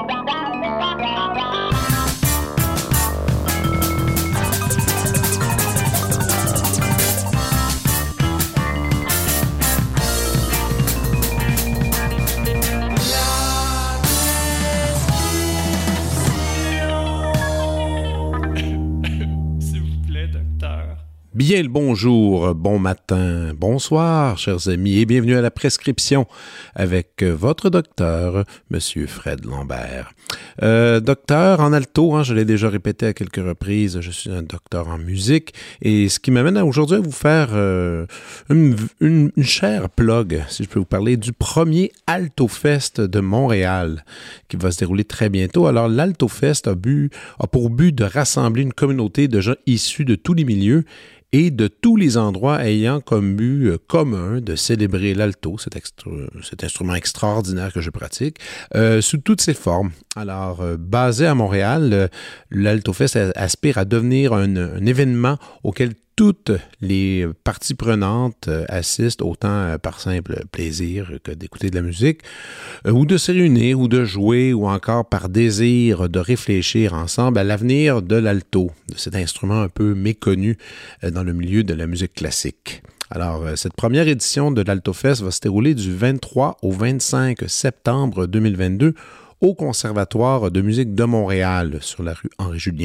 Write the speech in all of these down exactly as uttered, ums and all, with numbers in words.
Bien le bonjour, bon matin, bonsoir, chers amis, et bienvenue à la prescription avec votre docteur, Monsieur Fred Lambert. Euh, docteur en alto, hein, je l'ai déjà répété à quelques reprises, je suis un docteur en musique, et ce qui m'amène à aujourd'hui à vous faire euh, une, une, une chère plug, si je peux vous parler, du premier AltoFest de Montréal, qui va se dérouler très bientôt. Alors, l'AltoFest a, bu, a pour but de rassembler une communauté de gens issus de tous les milieux, et de tous les endroits ayant comme but commun de célébrer l'alto, cet, extru- cet instrument extraordinaire que je pratique, euh, sous toutes ses formes. Alors, euh, basé à Montréal, euh, l'AltoFest aspire à devenir un, un événement auquel toutes les parties prenantes euh, assistent, autant euh, par simple plaisir que d'écouter de la musique, euh, ou de se réunir, ou de jouer, ou encore par désir de réfléchir ensemble à l'avenir de l'alto, de cet instrument un peu méconnu euh, dans le milieu de la musique classique. Alors, euh, cette première édition de l'AltoFest va se dérouler du vingt-trois au vingt-cinq septembre deux mille vingt-deux au Conservatoire de musique de Montréal, sur la rue Henri-Julien.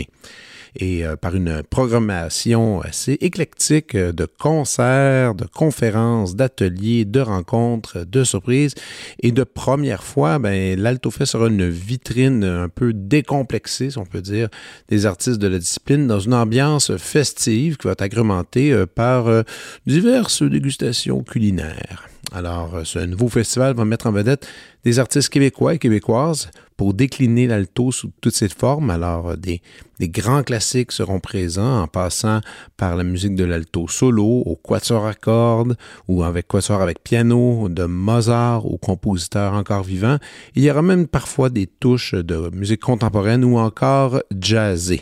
Et euh, par une programmation assez éclectique de concerts, de conférences, d'ateliers, de rencontres, de surprises. Et de première fois, ben, l'AltoFest sera une vitrine un peu décomplexée, si on peut dire, des artistes de la discipline dans une ambiance festive qui va être agrémentée euh, par euh, diverses dégustations culinaires. Alors, ce nouveau festival va mettre en vedette des artistes québécois et québécoises pour décliner l'alto sous toutes ses formes. Alors, des, des grands classiques seront présents en passant par la musique de l'alto solo, au quatuor à cordes ou avec quatuor avec piano, de Mozart aux compositeurs encore vivants. Il y aura même parfois des touches de musique contemporaine ou encore jazzée.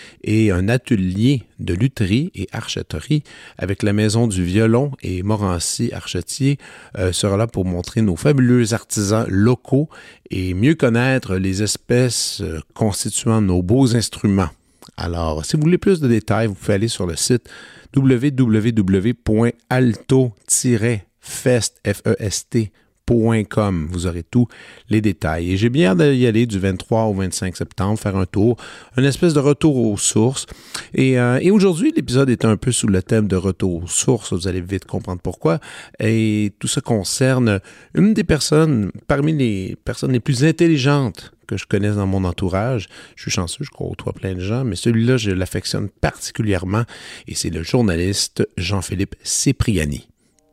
Et un atelier de lutherie et archetterie avec la Maison du Violon et Morancy Archetier euh, sera là pour montrer nos fabuleux artisans locaux et mieux connaître les espèces euh, constituant nos beaux instruments. Alors, si vous voulez plus de détails, vous pouvez aller sur le site w w w point alto tiret fest point com. Vous aurez tous les détails. Et j'ai bien hâte d'y aller du vingt-trois au vingt-cinq septembre, faire un tour, une espèce de retour aux sources. Et, euh, et aujourd'hui, l'épisode est un peu sous le thème de retour aux sources. Vous allez vite comprendre pourquoi. Et tout ça concerne une des personnes, parmi les personnes les plus intelligentes que je connaisse dans mon entourage. Je suis chanceux, je côtoie plein de gens, mais celui-là, je l'affectionne particulièrement. Et c'est le journaliste Jean-Philippe Cipriani.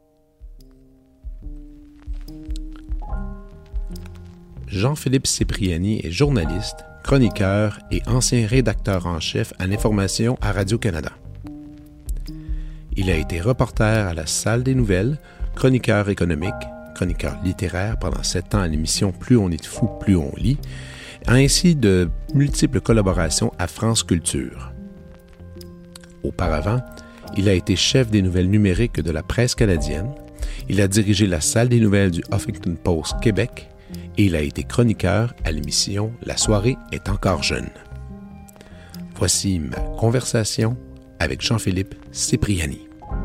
Jean-Philippe Cipriani est journaliste, chroniqueur et ancien rédacteur en chef à l'information à Radio-Canada. Il a été reporter à la Salle des Nouvelles, chroniqueur économique, chroniqueur littéraire pendant sept ans à l'émission Plus on est fou, plus on lit, ainsi de multiples collaborations à France Culture. Auparavant, il a été chef des nouvelles numériques de la presse canadienne, il a dirigé la Salle des Nouvelles du Huffington Post Québec, et il a été chroniqueur à l'émission La soirée est encore jeune. Voici ma conversation avec Jean-Philippe Cipriani.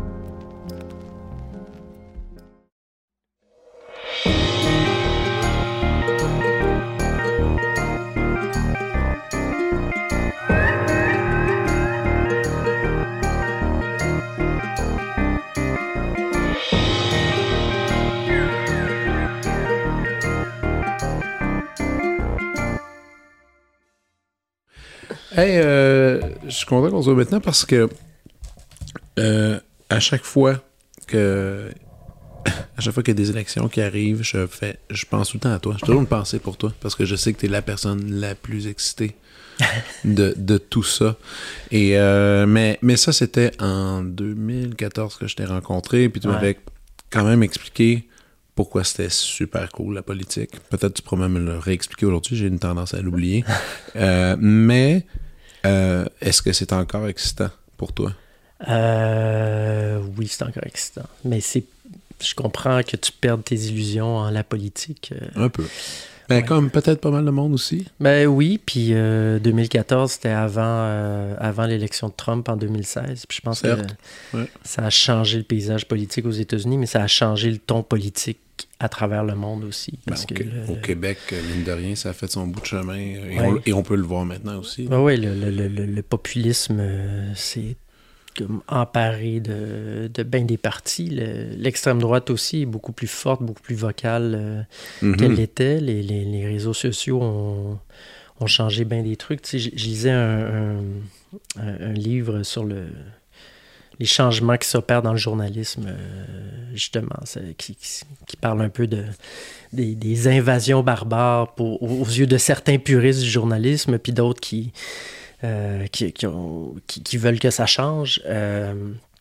Hey, euh, je suis content qu'on se voit maintenant parce que euh, à chaque fois que à chaque fois qu'il y a des élections qui arrivent, je fais, je pense tout le temps à toi. J'ai toujours une pensée pour toi parce que je sais que tu es la personne la plus excitée de, de tout ça. Et euh, mais, mais ça, c'était en deux mille quatorze que je t'ai rencontré, puis tu ouais. m'avais quand même expliqué pourquoi c'était super cool, la politique. Peut-être tu pourrais même me le réexpliquer aujourd'hui, j'ai une tendance à l'oublier. euh, mais euh, est-ce que c'est encore excitant pour toi? Euh, oui, c'est encore excitant. Mais c'est, je comprends que tu perdes tes illusions en la politique. Un peu. Ben, Ouais. comme peut-être pas mal de monde aussi. Ben oui, puis euh, deux mille quatorze, c'était avant, euh, avant l'élection de Trump en deux mille seize. Puis je pense Certes, que ouais. ça a changé le paysage politique aux États-Unis, mais ça a changé le ton politique à travers le monde aussi. Ben, Parce au, que Qu- le- au Québec, euh, mine de rien, ça a fait son bout de chemin. Et, Ouais. on, et on peut le voir maintenant aussi. Ben oui, le, le, le, le- le populisme, euh, c'est comme emparé de, de bien des partis. Le- l'extrême droite aussi est beaucoup plus forte, beaucoup plus vocale euh, Mhm. qu'elle l'était. Les, les, les réseaux sociaux ont, ont changé bien des trucs. Tu sais, je, je lisais un, un, un- un livre sur le, les changements qui s'opèrent dans le journalisme, euh, justement, c'est- qui, qui, qui parle un peu de, des, des invasions barbares pour, aux, aux yeux de certains puristes du journalisme, puis d'autres qui, euh, qui, qui, ont- qui- qui veulent que ça change. Euh,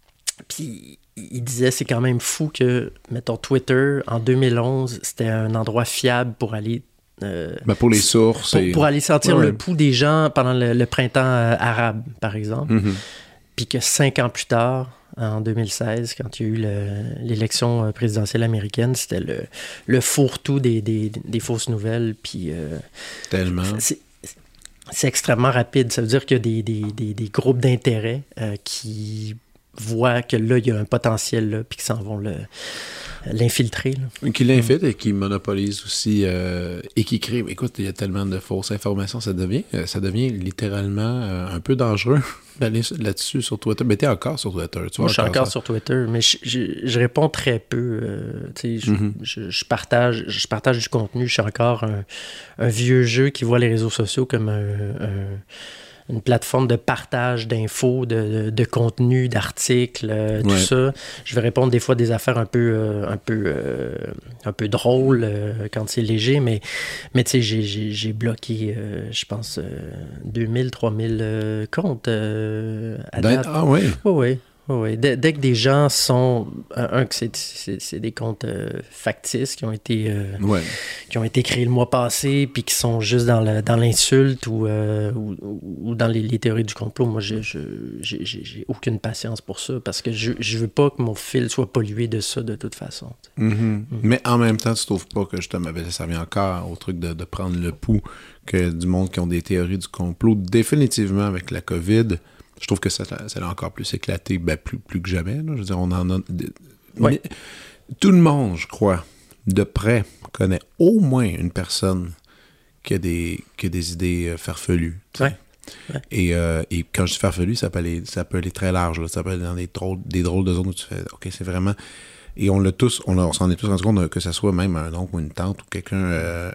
puis il disait, c'est quand même fou que, mettons, Twitter, en deux mille onze, c'était un endroit fiable pour aller... euh, Ben, pour les sources. pour, et... pour aller sentir Ouais, le ouais. pouls des gens pendant le, le printemps euh, arabe, par exemple. Mhm. Puis que cinq ans plus tard, en deux mille seize, quand il y a eu le- l'élection euh, présidentielle américaine, c'était le, le fourre-tout des, des, des fausses nouvelles. Puis euh, Tellement. c'est, c'est extrêmement rapide. Ça veut dire qu'il y a des, des, des, des groupes d'intérêt euh, qui voient que là, il y a un potentiel là, puis qui s'en vont le, l'infiltrer. Là. Qui l'infiltre et qui monopolise aussi euh, et qui crée. Écoute, il y a tellement de fausses informations, ça devient, euh, ça devient littéralement euh, un peu dangereux d'aller là-dessus sur Twitter. Mais t'es encore sur Twitter, tu vois. Moi, je suis encore ça. sur Twitter, mais je, je- je réponds très peu. euh, tu sais, je, Mhm. je- je partage, je partage du contenu. Je suis encore un, un vieux jeu qui voit les réseaux sociaux comme un- un- une plateforme de partage d'infos, de, de, de contenu, d'articles, euh, tout Ouais. ça. Je vais répondre des fois des affaires un peu, euh, un peu, euh, un peu drôles euh, quand c'est léger, mais, mais tu sais, j'ai, j'ai, j'ai bloqué, euh, je pense, euh, deux mille, trois mille euh, comptes euh, à Ben, date. ah oui. Oui, oui. Oui, dès, dès que des gens sont... Un, un, que c'est, c'est, c'est des comptes euh, factices qui ont été euh, Ouais. qui ont été créés le mois passé, puis qui sont juste dans, le, dans l'insulte ou, euh, ou, ou dans les, les théories du complot. Moi, je, je, j'ai, j'ai, j'ai aucune patience pour ça, parce que je, je veux pas que mon fil soit pollué de ça de toute façon. Mhm. Mais en même temps, tu trouves pas que justement, ben, ça vient encore au truc de, de prendre le pouls que du monde qui ont des théories du complot. Définitivement, avec la COVID, je trouve que ça, ça l'a encore plus éclaté, ben, plus, plus que jamais. Là. Je veux dire, on en a... Ouais. Mais tout le monde, je crois, de près, connaît au moins une personne qui a des, qui a des idées euh, farfelues. tu sais. Ouais. Ouais. Et, euh, et quand je dis farfelu, ça peut aller, ça peut aller très large. Là. Ça peut aller dans des drôles, des drôles de zones où tu fais OK, c'est vraiment. Et on l'a tous, on, l'a- on s'en est tous rendu compte, que ce soit même un oncle ou une tante ou quelqu'un. Euh,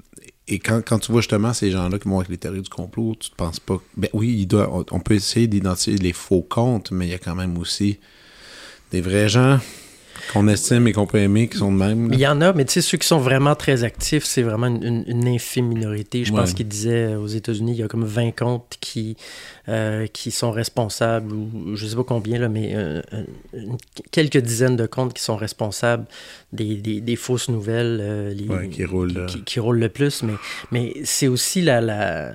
et quand, quand tu vois justement ces gens-là qui vont avec les théories du complot, tu te penses pas. Ben oui, il doit, on, on peut essayer d'identifier les faux comptes, mais il y a quand même aussi des vrais gens qu'on estime et qu'on peut aimer qui sont de même. là. Il y en a, mais tu sais, ceux qui sont vraiment très actifs, c'est vraiment une, une, une infime minorité. Je Ouais. pense qu'il disait aux États-Unis, il y a comme vingt comptes qui, euh, qui sont responsables, ou je sais pas combien, là, mais euh, une- quelques dizaines de comptes qui sont responsables des, des, des fausses nouvelles euh, les, Ouais, qui roulent, là. qui, qui roulent le plus. Mais, mais c'est aussi la... la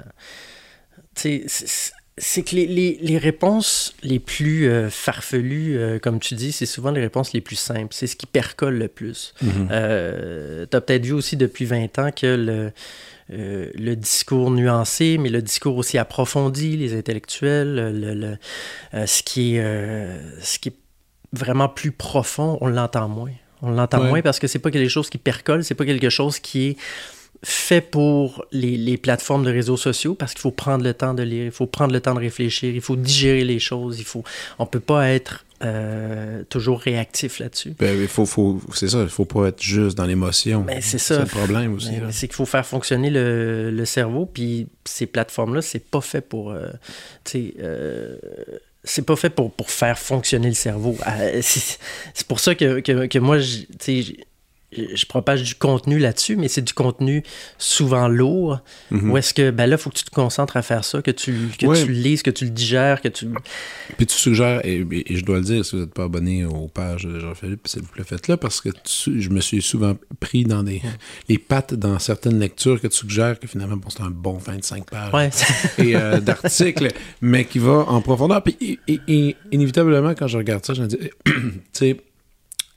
tu sais, c'est- c'est que les, les, les réponses les plus euh, farfelues, euh, comme tu dis, c'est souvent les réponses les plus simples. C'est ce qui percole le plus. Mhm. Euh, tu as peut-être vu aussi depuis vingt ans que le, euh, le discours nuancé, mais le discours aussi approfondi, les intellectuels, le, le- euh, ce, qui est, euh, ce qui est vraiment plus profond, on l'entend moins. On l'entend Ouais. moins parce que c'est pas quelque chose qui percole, c'est pas quelque chose qui est fait pour les, les plateformes de réseaux sociaux, parce qu'il faut prendre le temps de lire, il faut prendre le temps de réfléchir, il faut digérer les choses, il faut, on peut pas être euh, toujours réactif là-dessus. Ben, il faut, faut, c'est ça, il faut pas être juste dans l'émotion. Ben, c'est ça. C'est le problème aussi. Mais là. c'est qu'il faut faire fonctionner le, le cerveau, puis ces plateformes-là, c'est pas fait pour, euh, tu sais, euh, c'est pas fait pour, pour faire fonctionner le cerveau. Euh, c'est, c'est pour ça que, que, que moi, je- tu sais, je, je propage du contenu là-dessus, mais c'est du contenu souvent lourd. Mhm. Où est-ce que, ben là, il faut que tu te concentres à faire ça, que tu, que Ouais. tu le lises, que tu le digères, que tu... Puis tu suggères, et, et- et je dois le dire, si vous n'êtes pas abonné aux pages de Jean-Philippe, s'il vous plaît, faites-le, parce que tu- je me suis souvent pris dans des, les pattes dans certaines lectures que tu suggères, que finalement, bon, c'est un bon vingt-cinq pages Ouais. et, euh, d'articles, mais qui va en profondeur. Puis et, et- et inévitablement, quand je regarde ça, je me dis, tu sais,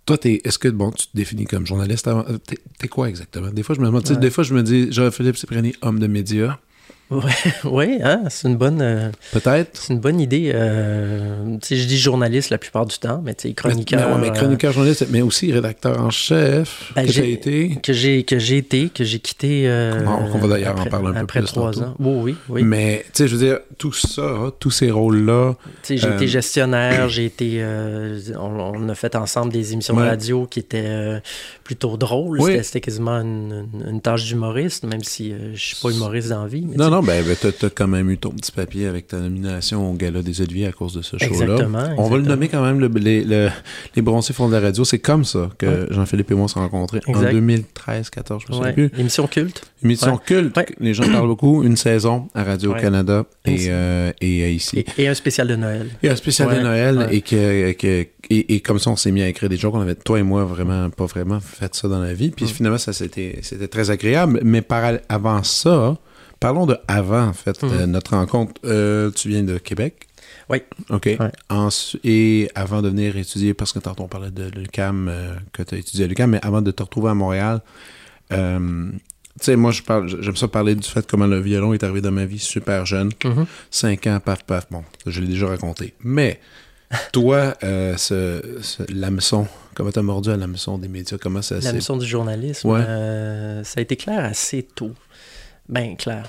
Toi, t'es, est-ce que, bon, tu te définis comme journaliste avant... T'es, t'es quoi exactement? Des fois, je me demande, ouais. Des fois, je me dis, Jean-Philippe Cipriani, homme de médias. Oui, ouais, hein, c'est une bonne... Euh, Peut-être. C'est une bonne idée. Euh, tu sais, je dis journaliste la plupart du temps, mais tu sais, chroniqueur... Mais, mais, ouais, mais chroniqueur, journaliste, mais aussi rédacteur en chef, ben, que tu as été. Que j'ai, que j'ai été, que j'ai quitté... Euh, on, on va d'ailleurs après, en parler un peu après plus trois tantôt. ans. Oh, oui, oui. Mais, tu sais, je veux dire, tout ça, tous ces rôles-là... Tu sais, j'ai euh, été gestionnaire, j'ai été... Euh, on, on a fait ensemble des émissions ouais. de radio qui étaient euh, plutôt drôles. Oui. C'était, c'était quasiment une, une, une tâche d'humoriste, même si euh, je suis pas humoriste dans la vie. Mais non, non, ben, ben t'as, t'as quand même eu ton petit papier avec ta nomination au Gala des Oliviers à cause de ce show-là. Exactement. exactement. On va le nommer quand même, le, les, le, les Bronzés font de la radio. C'est comme ça que ouais. Jean-Philippe et moi on s'est rencontrés exact. En deux mille treize quatorze, je me souviens ouais. plus. Émission culte. Émission ouais. culte. Ouais. Les gens parlent beaucoup. Une saison à Radio-Canada ouais. et, euh, et euh, ici. Et, et un spécial de Noël. Et un spécial ouais. de Noël. Ouais. Et, que, que, et, et comme ça, on s'est mis à écrire des jokes. On avait, toi et moi, vraiment, pas vraiment fait ça dans la vie. Puis mm. finalement, ça c'était, c'était très agréable. Mais par, avant ça... Parlons de avant, en fait, mmh. euh, notre rencontre. Euh, tu viens de Québec? Oui. OK. Ouais. Ensuite, et avant de venir étudier, parce que tantôt on parlait de l'U Q A M, euh, que tu as étudié à l'U Q A M, mais avant de te retrouver à Montréal, euh, tu sais, moi, je parle, j'aime ça parler du fait comment le violon est arrivé dans ma vie super jeune. Mmh. Cinq ans, paf, paf. Bon, je l'ai déjà raconté. Mais, toi, euh, ce, ce, l'hameçon, comment t'as mordu à l'hameçon des médias? Comment ça s'est... L'hameçon du journalisme, ouais. euh, ça a été clair assez tôt. Ben clair.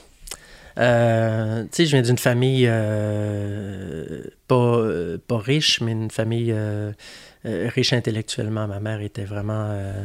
Euh, tu sais, je viens d'une famille euh, pas, euh, pas riche, mais une famille euh, euh, riche intellectuellement. Ma mère était vraiment euh,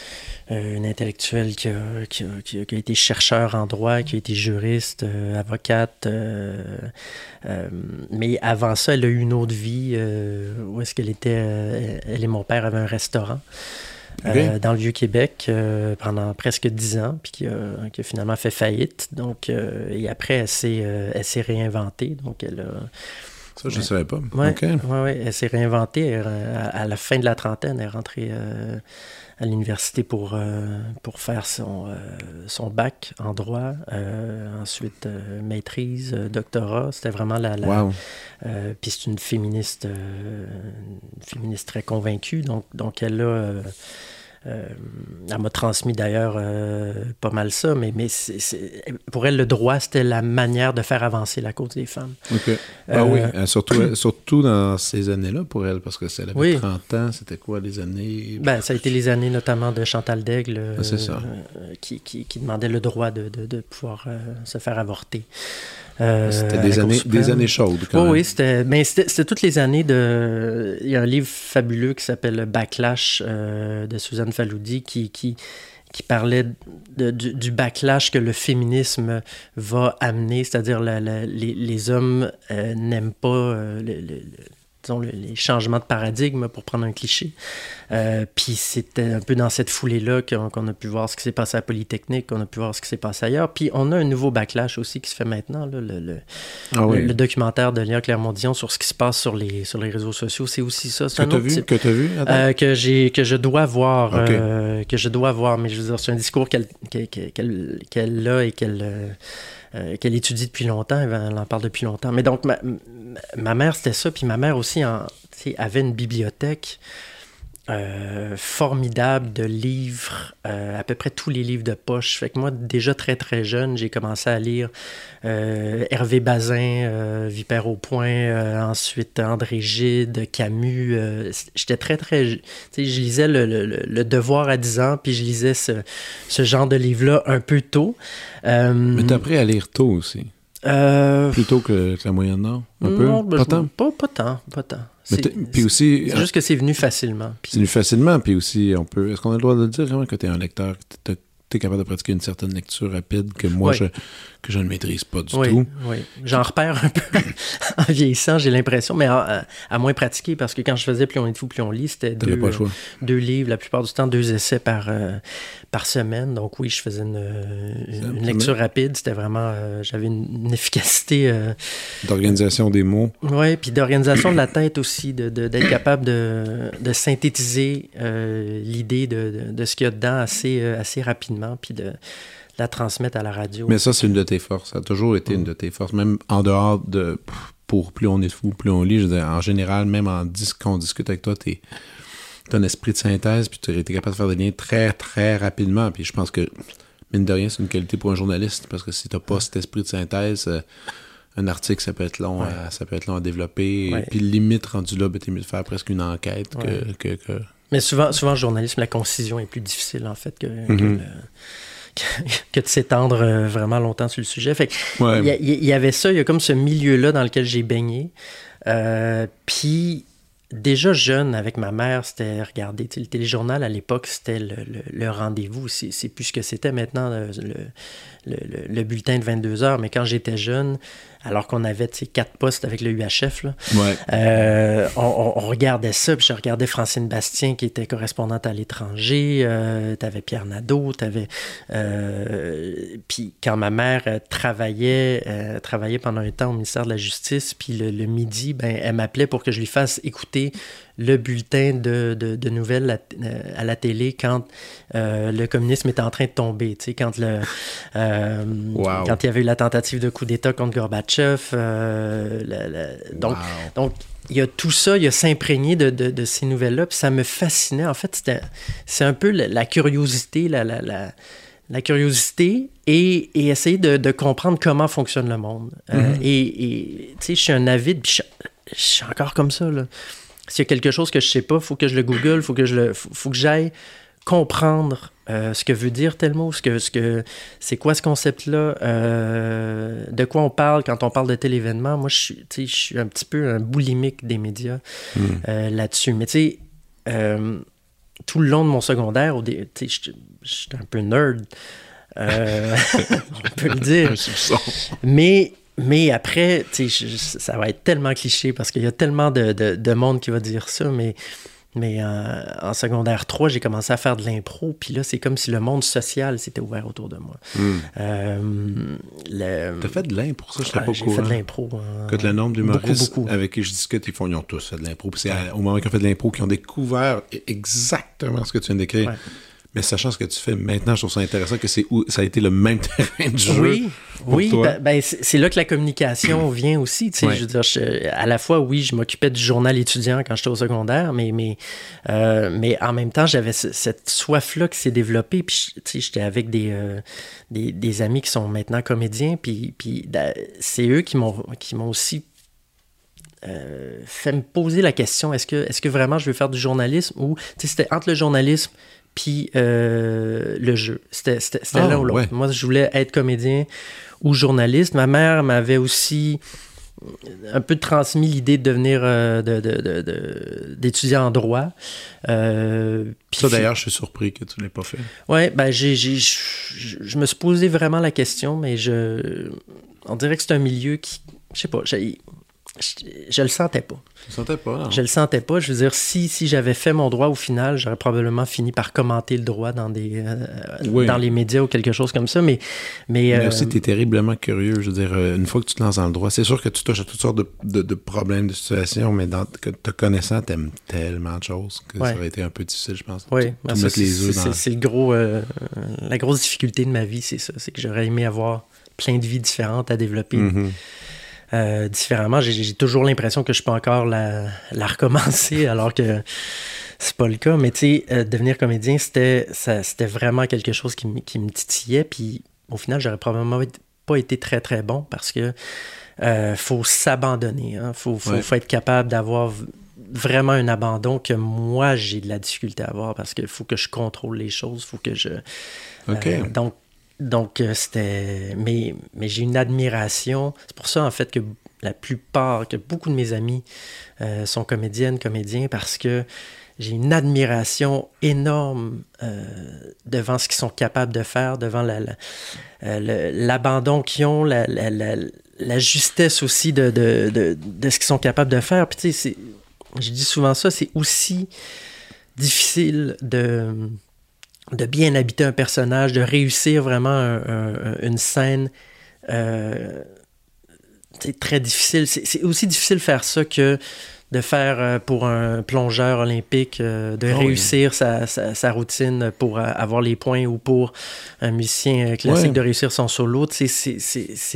une intellectuelle qui a, qui, a, qui, a, qui a été chercheur en droit, qui a été juriste, euh, avocate. Euh, euh, mais avant ça, elle a eu une autre vie euh, où est-ce qu'elle était... Euh, elle et mon père avaient un restaurant. Okay. Euh, dans le Vieux-Québec euh, pendant presque dix ans, puis qui a, qui a finalement fait faillite. Donc, euh, et après, elle s'est, euh, elle s'est réinventée. Donc, elle a... Ça, je ne savais pas. Oui, okay. ouais, ouais, elle s'est réinventée. Elle, à, à la fin de la trentaine, elle est rentrée euh, à l'université pour, euh, pour faire son, euh, son bac en droit. Euh, ensuite, euh, maîtrise, euh, doctorat. C'était vraiment la... la wow. euh, puis c'est une féministe, euh, une féministe très convaincue. Donc, donc elle a... Euh, Euh, elle m'a transmis d'ailleurs euh, pas mal ça, mais, mais c'est, c'est, pour elle, le droit, c'était la manière de faire avancer la cause des femmes. OK. Ah euh, oui, euh, surtout, surtout dans ces années-là pour elle, parce que elle avait oui. trente ans, c'était quoi les années? Ben, ça a été les années notamment de Chantal Daigle, ah, c'est ça. Euh, qui, qui, qui demandait le droit de, de, de pouvoir euh, se faire avorter. Euh, c'était des années, des années chaudes, quand oui, même. Oui, c'était, mais c'était, c'était toutes les années de... Il y a un livre fabuleux qui s'appelle Backlash euh, de Suzanne Faloudi qui, qui, qui parlait de, du, du backlash que le féminisme va amener, c'est-à-dire la, la, les, les hommes euh, n'aiment pas euh, le, le, disons, le, les changements de paradigme, pour prendre un cliché. Euh, puis c'était un peu dans cette foulée-là qu'on, qu'on a pu voir ce qui s'est passé à Polytechnique, qu'on a pu voir ce qui s'est passé ailleurs. Puis on a un nouveau backlash aussi qui se fait maintenant, là, le, le, ah oui. le, le documentaire de Léa Clermont-Dion sur ce qui se passe sur les, sur les réseaux sociaux, c'est aussi ça. C'est que tu as vu, type, que t'as vu euh, que, j'ai, que je dois voir, okay. euh, que je dois voir, mais je veux dire, c'est un discours qu'elle, qu'elle, qu'elle, qu'elle a et qu'elle... Euh, Euh, qu'elle étudie depuis longtemps, elle en parle depuis longtemps. Mais donc, ma, ma mère, c'était ça, puis ma mère aussi en, avait une bibliothèque euh, formidable de livres, euh, à peu près tous les livres de poche. Fait que moi, déjà très, très jeune, j'ai commencé à lire euh, Hervé Bazin, euh, Vipère au point, euh, ensuite André Gide, Camus. Euh, j'étais très, très... Tu sais, je lisais le, le, le Devoir à dix ans, puis je lisais ce, ce genre de livre-là un peu tôt. Euh, Mais t'as appris à lire tôt aussi. Euh... Plutôt que, que la moyenne d'or, un non, peu? Ben, pas, tant? Pas, pas tant, pas tant. C'est, puis aussi, c'est juste que c'est venu facilement. Puis... C'est venu facilement, puis aussi, on peut... Est-ce qu'on a le droit de le dire, vraiment, que t'es un lecteur, que t'es capable de pratiquer une certaine lecture rapide que moi, oui. je, que je ne maîtrise pas du oui, tout? Oui, j'en repère un peu en vieillissant, j'ai l'impression, mais à, à moins pratiquer, parce que quand je faisais Plus on est fou, plus on lit, c'était deux, pas le choix. deux livres, la plupart du temps, deux essais par, euh, par semaine. Donc oui, je faisais une, une, une lecture rapide. C'était vraiment... Euh, j'avais une, une efficacité... Euh, d'organisation des mots. Oui, puis d'organisation de la tête aussi, de, de, d'être capable de, de synthétiser euh, l'idée de, de, de ce qu'il y a dedans assez, euh, assez rapidement, puis de la transmettre à la radio. Mais ça, c'est une de tes forces. Ça a toujours été mmh. une de tes forces. Même en dehors de... Pour Plus on est fou, plus on lit, je veux dire, en général, même en dis- quand on discute avec toi, t'es... as un esprit de synthèse, puis tu es capable de faire des liens très, très rapidement. Puis je pense que, mine de rien, c'est une qualité pour un journaliste, parce que si tu n'as pas cet esprit de synthèse, euh, un article, ça peut être long, ouais. à, ça peut être long à développer. Ouais. Puis limite, rendu là, ben, t'es mieux de faire presque une enquête ouais. que, que, que... Mais souvent, souvent, en journalisme, la concision est plus difficile, en fait, que... Mm-hmm. que le... que de s'étendre euh, vraiment longtemps sur le sujet. Fait il ouais. y, y, y avait ça, il y a comme ce milieu-là dans lequel j'ai baigné. Euh, puis, déjà jeune, avec ma mère, c'était regarder, le téléjournal à l'époque, c'était le, le, le rendez-vous. C'est, c'est plus ce que c'était maintenant, le, le, le, le bulletin de vingt-deux heures. Mais quand j'étais jeune, alors qu'on avait quatre postes avec le U H F, là, ouais. euh, on, on regardait ça, puis je regardais Francine Bastien, qui était correspondante à l'étranger, euh, t'avais Pierre Nadeau, t'avais... Euh, puis quand ma mère euh, travaillait, euh, travaillait pendant un temps au ministère de la Justice, puis le, le midi, ben, elle m'appelait pour que je lui fasse écouter le bulletin de, de, de nouvelles à, à la télé quand euh, le communisme était en train de tomber, tu sais, quand, le, euh, wow. quand il y avait eu la tentative de coup d'État contre Gorbatchev. Euh, la, la, donc, wow. donc, il y a tout ça, il y a s'imprégner de, de, de ces nouvelles-là, puis ça me fascinait. En fait, c'était, c'est un peu la, la curiosité, la, la, la, la curiosité et, et essayer de, de comprendre comment fonctionne le monde. Mm-hmm. Euh, et, et tu sais, je suis un avide, puis je, je suis encore comme ça, là. S'il y a quelque chose que je sais pas, il faut que je le google, faut que je le, faut, faut que j'aille comprendre euh, ce que veut dire tel mot, ce que, ce que, c'est quoi ce concept-là, euh, de quoi on parle quand on parle de tel événement. Moi, je suis, tu sais, je suis un petit peu un boulimique des médias mm. euh, là-dessus. Mais tu sais, euh, tout le long de mon secondaire, tu sais, j'étais un peu nerd, euh, on peut le dire. Mais Mais après, tu sais, ça va être tellement cliché parce qu'il y a tellement de, de, de monde qui va dire ça, mais, mais euh, en secondaire trois, j'ai commencé à faire de l'impro, puis là, c'est comme si le monde social s'était ouvert autour de moi. Mm. Euh, le... T'as fait de l'impro, ça, je sais ah, pas J'ai quoi, fait hein? de l'impro. Euh... Que le nombre d'humoristes beaucoup, beaucoup. Avec qui je discute, ils, font, ils ont tous fait de l'impro. Puis c'est à, au moment qu'ils ont fait de l'impro qu'ils ont découvert exactement ce que tu viens d'écrire. Ouais. Mais sachant ce que tu fais maintenant, je trouve ça intéressant que c'est où, ça a été le même terrain de jeu. Oui, oui, ben, ben c'est, c'est là que la communication vient aussi. Tu sais, ouais. Je veux dire, je, à la fois, oui, je m'occupais du journal étudiant quand j'étais au secondaire, mais, mais, euh, mais en même temps, j'avais ce, cette soif-là qui s'est développée. Puis, tu sais, j'étais avec des, euh, des, des amis qui sont maintenant comédiens, puis, puis c'est eux qui m'ont, qui m'ont aussi euh, fait me poser la question, est-ce que, est-ce que vraiment je veux faire du journalisme ou, tu sais, c'était entre le journalisme puis euh, le jeu. C'était, c'était, c'était oh, l'un ou l'autre. Ouais. Moi, je voulais être comédien ou journaliste. Ma mère m'avait aussi un peu transmis l'idée de devenir, euh, de, de, de, de, d'étudier en droit. Euh, Ça, d'ailleurs, je suis surpris que tu ne l'aies pas fait. Oui, ben, j'ai, j'ai, je, je me suis posé vraiment la question, mais je, on dirait que c'est un milieu qui, je sais pas, j'ai... Je, je le sentais pas. Je le sentais pas, non? Je le sentais pas. Je veux dire, si, si j'avais fait mon droit au final, j'aurais probablement fini par commenter le droit dans des euh, oui. dans les médias ou quelque chose comme ça. Mais, mais, mais euh, aussi, tu es terriblement curieux. Je veux dire, une fois que tu te lances dans le droit, c'est sûr que tu touches à toutes sortes de, de, de problèmes, de situations, mais dans, que te connaissant, t'aimes tellement de choses que ouais. ça aurait été un peu difficile, je pense. Oui, tout, ben tout ça, mettre les c'est, œufs c'est, dans... c'est le gros... Euh, la grosse difficulté de ma vie, c'est ça. C'est que j'aurais aimé avoir plein de vies différentes à développer. Mm-hmm. Euh, différemment, j'ai, j'ai toujours l'impression que je peux encore la, la recommencer alors que c'est pas le cas. Mais tu sais, euh, devenir comédien, c'était, ça, c'était vraiment quelque chose qui, m- qui me titillait. Puis au final, j'aurais probablement pas été très très bon parce que euh, faut s'abandonner. Hein. Faut, faut, ouais. faut être capable d'avoir vraiment un abandon que moi j'ai de la difficulté à avoir parce qu'il faut que je contrôle les choses. Faut que je. Okay. Euh, donc Donc, euh, c'était... Mais, mais j'ai une admiration. C'est pour ça, en fait, que la plupart, que beaucoup de mes amis euh, sont comédiennes, comédiens, parce que j'ai une admiration énorme euh, devant ce qu'ils sont capables de faire, devant la, la, euh, le, l'abandon qu'ils ont, la, la, la, la justesse aussi de, de, de, de ce qu'ils sont capables de faire. Puis, tu sais, c'est... je dis souvent ça, c'est aussi difficile de... de bien habiter un personnage, de réussir vraiment un, un, une scène. Euh, c'est très difficile. C'est, c'est aussi difficile de faire ça que de faire euh, pour un plongeur olympique, euh, de oh réussir oui. sa, sa, sa routine pour euh, avoir les points ou pour un musicien classique oui. de réussir son solo. C'est, c'est, c'est, c'est,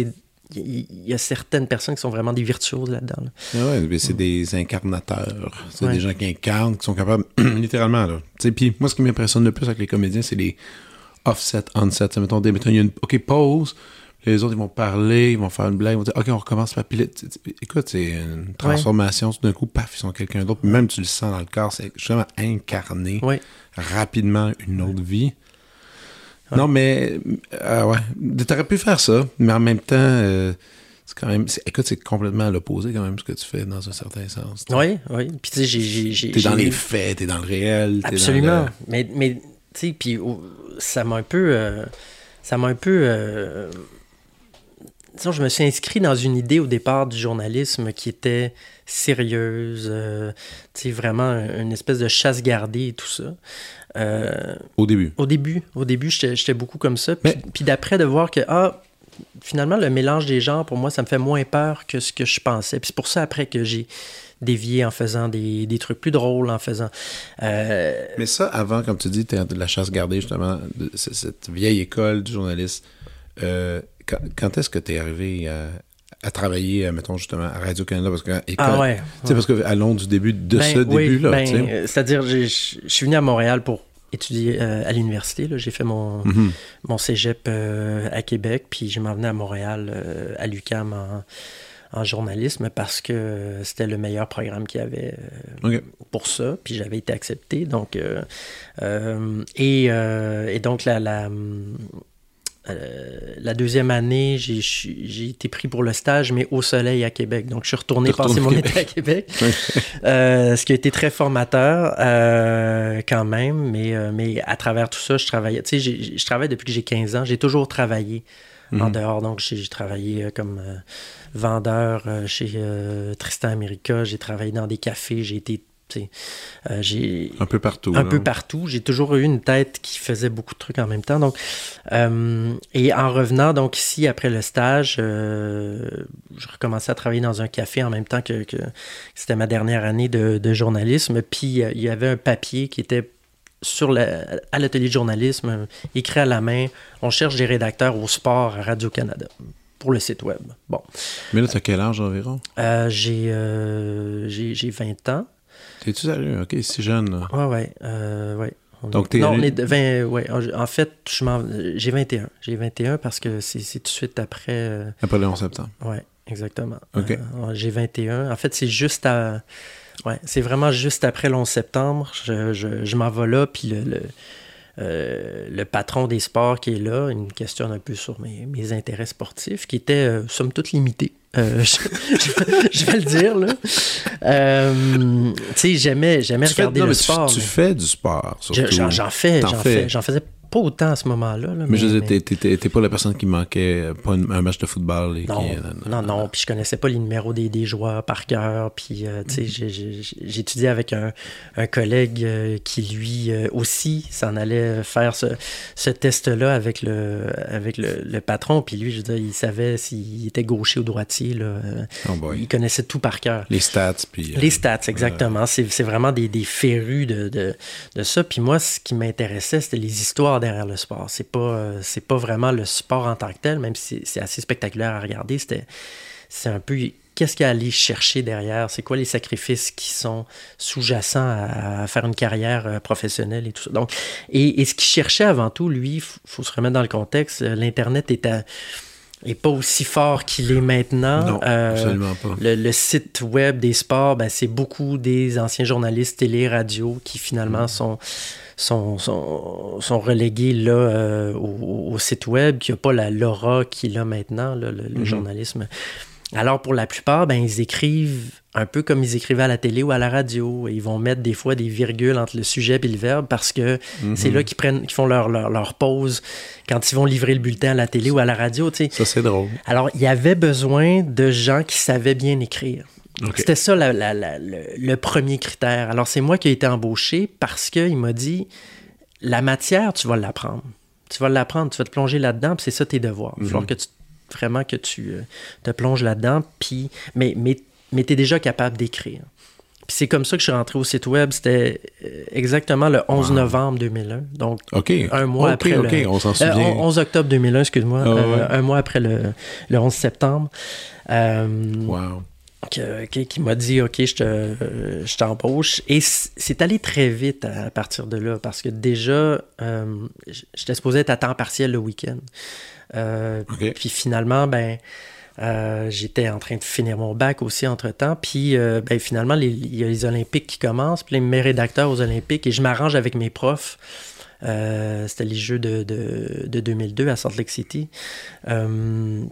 il y a certaines personnes qui sont vraiment des virtuoses là-dedans. Là. Ah ouais, mais c'est mm. des incarnateurs. C'est ouais. des gens qui incarnent, qui sont capables, littéralement, là. Tu sais, puis moi, ce qui m'impressionne le plus avec les comédiens, c'est les offset, onset. Mettons, mettons, il y a une, OK, pause. Les autres, ils vont parler, ils vont faire une blague, ils vont dire, OK, on recommence par pilote. Écoute, c'est une transformation, ouais. tout d'un coup, paf, ils sont quelqu'un d'autre. Même tu le sens dans le corps, c'est justement incarner ouais. rapidement une autre vie. Ouais. Non, mais, euh, ouais, t'aurais pu faire ça, mais en même temps, euh, c'est quand même, c'est, écoute, c'est complètement à l'opposé quand même ce que tu fais dans un certain sens. Oui, oui. Puis tu sais, j'ai, j'ai, j'ai. T'es dans j'ai... les faits, t'es dans le réel. T'es Absolument. Dans le... Mais, mais tu sais, puis oh, ça m'a un peu. Euh, ça m'a un peu. Euh, disons, je me suis inscrit dans une idée au départ du journalisme qui était sérieuse, euh, tu sais, vraiment une espèce de chasse gardée et tout ça. Euh, au début. Au début. Au début, j'étais, j'étais beaucoup comme ça. Puis, Mais... puis d'après, de voir que, ah, finalement, le mélange des genres, pour moi, ça me fait moins peur que ce que je pensais. Puis c'est pour ça, après, que j'ai dévié en faisant des, des trucs plus drôles, en faisant... Euh... Mais ça, avant, comme tu dis, t'es de la chasse gardée, justement, de cette vieille école du journaliste. Euh, quand, quand est-ce que t'es arrivé à... à travailler, mettons, justement, à Radio-Canada, parce que... École, ah ouais. Tu sais, parce que allons du début de ben, ce oui, début-là, ben, tu sais. euh, c'est-à-dire, je suis venu à Montréal pour étudier euh, à l'université, là. J'ai fait mon, mm-hmm. mon cégep euh, à Québec, puis je m'en venais à Montréal, euh, à l'U Q A M en, en journalisme, parce que c'était le meilleur programme qu'il y avait euh, okay. pour ça, puis j'avais été accepté, donc... Euh, euh, et, euh, et donc, la... la Euh, la deuxième année, j'ai, j'ai été pris pour le stage, mais au soleil à Québec. Donc, je suis retourné passer mon été à Québec, euh, ce qui a été très formateur euh, quand même. Mais, euh, mais à travers tout ça, je travaillais. Tu sais, j'ai, je travaille depuis que j'ai quinze ans. J'ai toujours travaillé mm-hmm. en dehors. Donc, j'ai, j'ai travaillé comme euh, vendeur euh, chez euh, Tristan America. J'ai travaillé dans des cafés. J'ai été Euh, j'ai un peu partout. Un là. peu partout. J'ai toujours eu une tête qui faisait beaucoup de trucs en même temps. Donc, euh, et en revenant donc ici après le stage, euh, je recommençais à travailler dans un café en même temps que, que c'était ma dernière année de, de journalisme. Puis euh, il y avait un papier qui était sur la, à l'atelier de journalisme, euh, écrit à la main. On cherche des rédacteurs au sport à Radio-Canada. Pour le site web. Bon. Mais là, tu as quel âge environ? Euh, j'ai, euh, j'ai, j'ai vingt ans. T'es-tu sérieux? OK, si jeune, là. Ouais, ouais. Euh, ouais. On Donc, est... t'es... Non, on est de vingt... Ouais. En fait, je m'en... j'ai vingt et un. J'ai vingt et un parce que c'est, c'est tout de suite après... Euh... Après le onze septembre. Ouais, exactement. OK. Euh, j'ai vingt et un. En fait, c'est juste à... Ouais, c'est vraiment juste après le onze septembre. Je, je, je m'en vais là, puis le... le... Euh, le patron des sports qui est là, il me questionne un peu sur mes, mes intérêts sportifs, qui étaient, euh, somme toute, limités. Euh, je, je, je vais le dire, là. Euh, tu sais, j'aimais, j'aimais tu regarder fais, non, le mais sport. Tu, mais... tu fais du sport, surtout. Je, j'en, j'en fais, j'en, j'en fais. fais. J'en faisais pas autant à ce moment-là. Là, mais, mais je veux dire, mais... t'es, t'es, t'es pas la personne qui manquait pas une, un match de football. Et non, qui, euh, non, non, puis je connaissais pas les numéros des, des joueurs par cœur. Puis, euh, tu sais, j'ai, j'ai, j'ai étudié avec un, un collègue euh, qui, lui, euh, aussi, s'en allait faire ce, ce test-là avec le, avec le, le patron. Puis lui, je veux dire, il savait s'il était gaucher ou droitier. Là. Oh boy. Il connaissait tout par cœur. Les stats. Puis, euh, les stats, exactement. Euh... C'est, c'est vraiment des, des férus de, de, de ça. Puis moi, ce qui m'intéressait, c'était les histoires derrière le sport. C'est pas, euh, c'est pas vraiment le sport en tant que tel, même si c'est, c'est assez spectaculaire à regarder. C'était, c'est un peu... Qu'est-ce qu'il y a à aller chercher derrière? C'est quoi les sacrifices qui sont sous-jacents à, à faire une carrière euh, professionnelle et tout ça? Donc, et, et ce qu'il cherchait avant tout, lui, il f- faut se remettre dans le contexte, l'Internet est à... n'est pas aussi fort qu'il est maintenant. Non, euh, absolument pas. Le, le site web des sports, ben, c'est beaucoup des anciens journalistes télé, radio qui finalement mmh. sont, sont, sont, sont relégués là, euh, au, au site web, qui n'a pas la l'aura qu'il a maintenant, là, le, le mmh. journalisme. Alors, pour la plupart, ben, ils écrivent un peu comme ils écrivaient à la télé ou à la radio. Ils vont mettre des fois des virgules entre le sujet et le verbe parce que mm-hmm. c'est là qu'ils prennent, qu'ils font leur, leur, leur pause quand ils vont livrer le bulletin à la télé ou à la radio. Tu sais. Ça, c'est drôle. Alors, il y avait besoin de gens qui savaient bien écrire. Donc, okay. C'était ça la, la, la, le, le premier critère. Alors, c'est moi qui ai été embauché parce qu'il m'a dit, la matière, tu vas l'apprendre. Tu vas l'apprendre, tu vas te plonger là-dedans, puis c'est ça tes devoirs. Il va mm-hmm. falloir que tu vraiment que tu euh, te plonges là-dedans, puis, mais, mais, mais tu es déjà capable d'écrire. Puis Puis c'est comme ça que je suis rentré au site web. C'était exactement le onze wow. novembre deux mille un. Donc, okay. un mois okay, après okay. le... On s'en souvient. Euh, onze octobre deux mille un, excuse-moi. Oh, euh, ouais. Un mois après le, le onze septembre. Euh, wow. Que, que, qui m'a dit « OK, je, te, euh, je t'embauche ». Et c'est allé très vite à, à partir de là, parce que déjà, euh, j'étais supposé être à temps partiel le week-end. Euh, okay. Puis finalement, ben, euh, j'étais en train de finir mon bac aussi entre-temps. Puis euh, ben, finalement, il y a les Olympiques qui commencent, puis les mes rédacteurs aux Olympiques, et je m'arrange avec mes profs. Euh, C'était les Jeux de, de, de deux mille deux à Salt Lake City. Euh,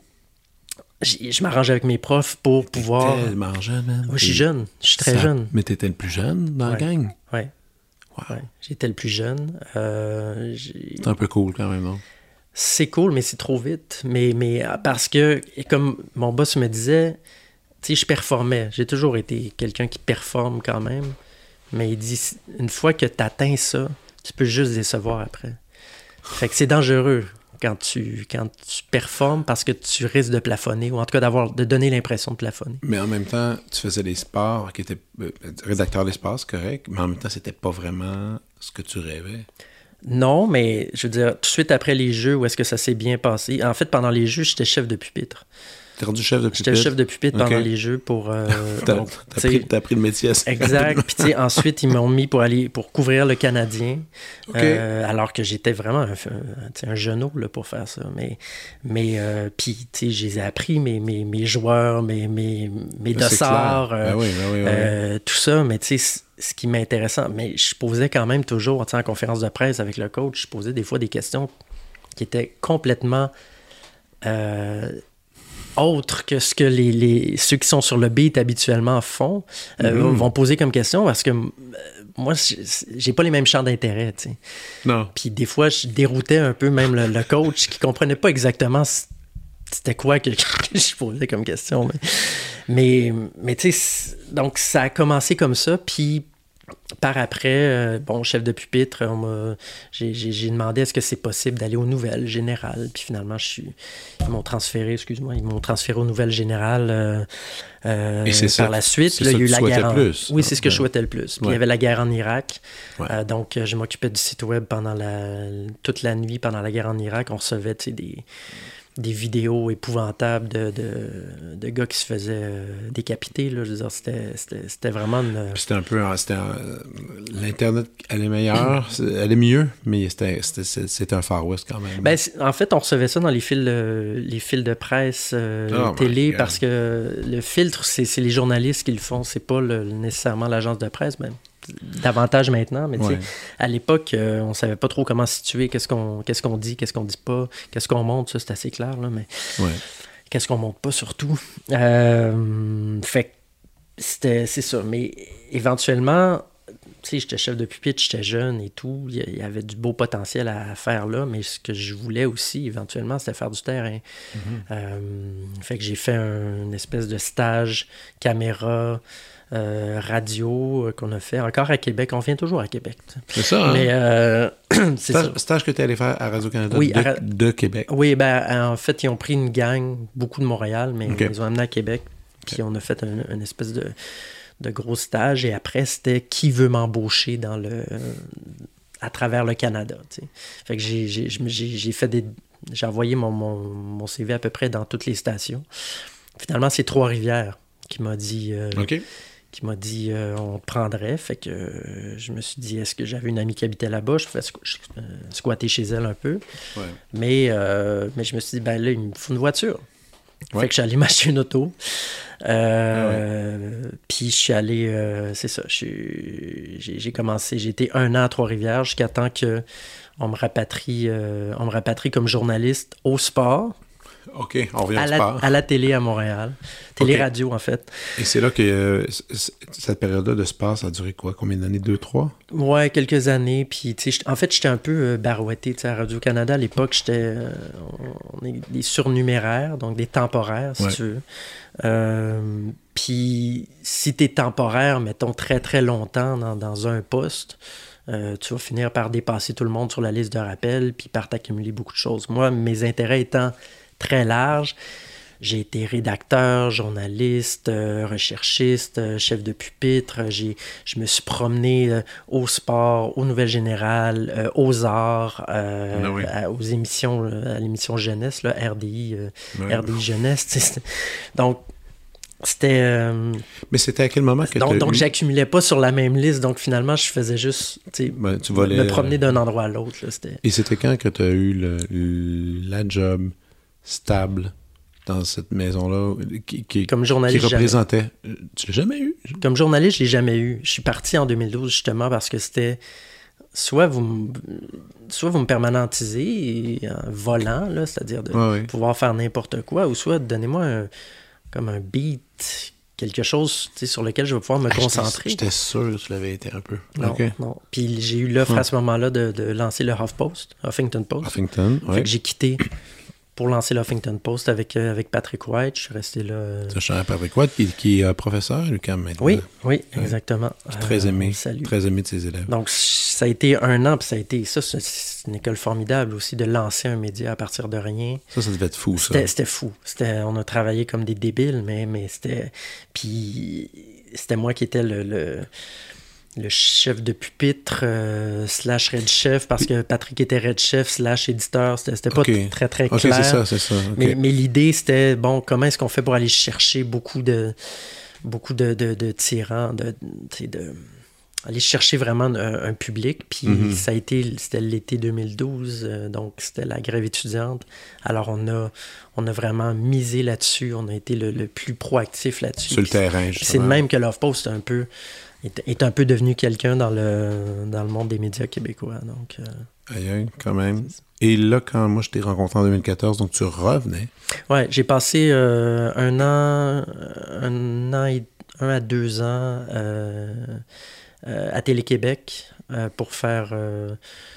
Je, je m'arrange avec mes profs pour t'es pouvoir... tellement jeune, man. Oui, je suis jeune. Je suis très ça... jeune. Mais t'étais le plus jeune dans ouais. la gang? Oui. Wow. Ouais. J'étais le plus jeune. Euh, c'est un peu cool quand même, non? C'est cool, mais c'est trop vite. Mais, mais parce que, et comme mon boss me disait, tu sais, je performais. J'ai toujours été quelqu'un qui performe quand même. Mais il dit, une fois que tu atteins ça, tu peux juste décevoir après. Fait que c'est dangereux. Quand tu, quand tu performes parce que tu risques de plafonner, ou en tout cas d'avoir, de donner l'impression de plafonner. Mais en même temps, tu faisais des sports qui étaient euh, rédacteur d'espace, correct, mais en même temps, c'était pas vraiment ce que tu rêvais. Non, mais je veux dire, tout de suite après les Jeux, où est-ce que ça s'est bien passé? En fait, pendant les Jeux, j'étais chef de pupitre. T'es rendu chef de pupitre? J'étais chef de pupitre okay. pendant les Jeux pour... Euh, t'as, donc, t'as, pris, t'as pris le métier assez exact. Puis tu sais, ensuite, ils m'ont mis pour aller pour couvrir le Canadien, okay. euh, alors que j'étais vraiment un, un, un genou là, pour faire ça. Mais, mais euh, puis tu sais, j'ai appris mes, mes, mes joueurs, mes, mes, mes dossards, euh, ben oui, ben oui, ben oui. Euh, tout ça. Mais tu sais, ce qui m'intéressait, mais je posais quand même toujours, tu sais, en conférence de presse avec le coach, je posais des fois des questions qui étaient complètement... Euh, autre que ce que les, les, ceux qui sont sur le beat habituellement font, euh, mm-hmm. vont poser comme question, parce que euh, moi, j'ai pas les mêmes champs d'intérêt, tu sais. Non. Puis des fois, je déroutais un peu même le, le coach qui comprenait pas exactement c'était quoi que, que je posais comme question. Mais, mais, mais tu sais, donc ça a commencé comme ça, puis par après, euh, bon, chef de pupitre, on m'a, j'ai, j'ai, j'ai demandé est-ce que c'est possible d'aller aux nouvelles générales. Puis finalement, je suis, ils m'ont transféré, excuse-moi, ils m'ont transféré aux nouvelles générales euh, euh, Et c'est par ça, la suite. C'est là, ça il y a eu que la tu guerre en... plus. Oui, c'est ce que ouais. je souhaitais le plus. Puis ouais. il y avait la guerre en Irak. Ouais. Euh, donc, je m'occupais du site web pendant la, toute la nuit, pendant la guerre en Irak. On recevait, tu sais, des... des vidéos épouvantables de, de, de gars qui se faisaient euh, décapiter. Là. Je veux dire, c'était, c'était, c'était vraiment une... Puis c'était un peu... C'était un, l'Internet, elle est meilleure, elle est mieux, mais c'était, c'était, c'était un Far West quand même. Ben, en fait, on recevait ça dans les fils de, les fils de presse euh, oh télé, parce que le filtre, c'est, c'est les journalistes qui le font, c'est pas le, nécessairement l'agence de presse, même. Davantage maintenant, mais ouais. à l'époque, euh, on savait pas trop comment se situer, qu'est-ce qu'on, qu'est-ce qu'on dit, qu'est-ce qu'on dit pas, qu'est-ce qu'on monte, ça c'est assez clair, là, mais ouais. qu'est-ce qu'on monte pas surtout. Euh, fait que c'était, c'est ça, mais éventuellement, tu sais, j'étais chef de pupitre, j'étais jeune et tout, il y avait du beau potentiel à faire là, mais ce que je voulais aussi, éventuellement, c'était faire du terrain. Mm-hmm. Euh, fait que j'ai fait un, une espèce de stage caméra, Euh, radio euh, qu'on a fait encore à Québec. On vient toujours à Québec. T'sais. C'est ça, hein? Mais euh, c'est stage, ça. Stage que tu es allé faire à Radio-Canada oui, de, à... de Québec. Oui, ben en fait, ils ont pris une gang, beaucoup de Montréal, mais okay. ils ont amené à Québec. Puis okay. on a fait un, une espèce de, de gros stage. Et après, c'était qui veut m'embaucher dans le, à travers le Canada. T'sais. Fait que j'ai, j'ai, j'ai, j'ai fait des... J'ai envoyé mon, mon, mon C V à peu près dans toutes les stations. Finalement, c'est Trois-Rivières qui m'a dit... Euh, OK. qui m'a dit euh, on te prendrait. Fait que euh, je me suis dit, est-ce que j'avais une amie qui habitait là-bas? Je pouvais squ- euh, squatter chez elle un peu. Ouais. Mais, euh, mais je me suis dit, ben là, il me faut une voiture. Ouais. Fait que je suis allé m'acheter une auto. Euh, ah ouais. Puis je suis allé, euh, c'est ça, je suis, j'ai, j'ai commencé, j'ai été un an à Trois-Rivières jusqu'à temps qu'on me rapatrie, euh, on me rapatrie comme journaliste au sport. OK, on revient à au la, sport. À la télé à Montréal. Télé-radio, okay. en fait. Et c'est là que euh, cette période-là de sport, ça a duré quoi? Combien d'années? Deux, trois? Ouais, quelques années. Puis, tu sais, en fait, j'étais un peu euh, barouetté. Tu sais, à Radio-Canada, à l'époque, j'étais... Euh, on est des surnuméraires, donc des temporaires, si ouais. tu veux. Euh, puis, si t'es temporaire, mettons, très, très longtemps dans, dans un poste... Euh, tu vas finir par dépasser tout le monde sur la liste de rappel puis par t'accumuler beaucoup de choses. Moi, mes intérêts étant très larges, j'ai été rédacteur, journaliste, euh, recherchiste, euh, chef de pupitre. J'ai, je me suis promené euh, au sport, aux Nouvelles Générales, euh, aux arts, euh, ah oui. à, aux émissions, à l'émission jeunesse, là, R D I, euh, Ouais. R D I Jeunesse. Donc, c'était... Euh, Mais c'était à quel moment que donc, t'as donc eu... j'accumulais pas sur la même liste. Donc, finalement, je faisais juste, tu sais, Ben, tu volais, me promener d'un endroit à l'autre. Là, c'était... Et c'était quand que tu as eu le, la job stable dans cette maison-là qui, qui, Comme journaliste, qui représentait... Jamais. Tu l'as jamais eu? Comme journaliste, je l'ai jamais eu. Je suis parti en deux mille douze justement parce que c'était... Soit vous, m... soit vous me permanentisez en volant, là, c'est-à-dire de ouais, ouais. pouvoir faire n'importe quoi, ou soit donnez-moi un, comme un beat, quelque chose sur lequel je vais pouvoir me ah, concentrer. J'étais, j'étais sûr que tu l'avais été un peu. Non, okay. non. Puis j'ai eu l'offre hum. à ce moment-là de, de lancer le HuffPost, Huffington Post. Huffington, oui. Fait que j'ai quitté pour lancer le Huffington Post avec, euh, avec Patrick White. Je suis resté là. Euh... C'est cher Patrick White qui, qui est euh, professeur, lui, quand même. Oui, oui, exactement. Très aimé. Euh, très aimé de ses élèves. Donc, ça a été un an, puis ça a été. Ça, c'est, c'est une école formidable aussi de lancer un média à partir de rien. Ça, ça devait être fou, ça. C'était, c'était fou. C'était, on a travaillé comme des débiles, mais, mais c'était. Puis, c'était moi qui étais le. le le chef de pupitre euh, slash red chef parce que Patrick était red chef slash éditeur. C'était, c'était pas okay. t- très, très okay, clair. c'est ça, c'est ça. Okay. Mais, mais l'idée, c'était, bon, comment est-ce qu'on fait pour aller chercher beaucoup de beaucoup de, de, de tirants, de, de, aller chercher vraiment un, un public. Puis mm-hmm. ça a été, c'était l'été deux mille douze, euh, donc c'était la grève étudiante. Alors on a, on a vraiment misé là-dessus. On a été le, le plus proactif là-dessus. Sur le terrain, justement. C'est de même que l'Offpost est un peu... Est, est un peu devenu quelqu'un dans le, dans le monde des médias québécois. Donc, euh, aïe, aïe, quand même. Et là, quand moi je t'ai rencontré en deux mille quatorze, donc tu revenais. Oui, j'ai passé euh, un an, un an et un à deux ans euh, euh, à Télé-Québec euh, pour faire euh,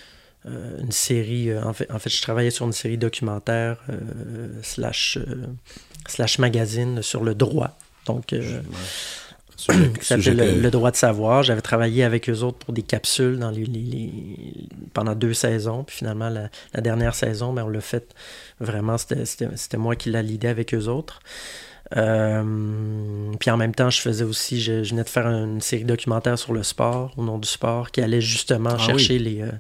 euh, une série. Euh, en, fait, en fait, je travaillais sur une série documentaire euh, slash, euh, slash magazine sur le droit. Donc, euh, qui s'appelait le, le droit de savoir. J'avais travaillé avec eux autres pour des capsules dans les, les, les, pendant deux saisons. Puis finalement, la, la dernière saison, ben, on l'a fait vraiment, c'était, c'était, c'était moi qui la lidais avec eux autres. Euh, puis en même temps, je faisais aussi, je, je venais de faire une série documentaire sur le sport, au nom du sport, qui allait justement ah, chercher oui. les,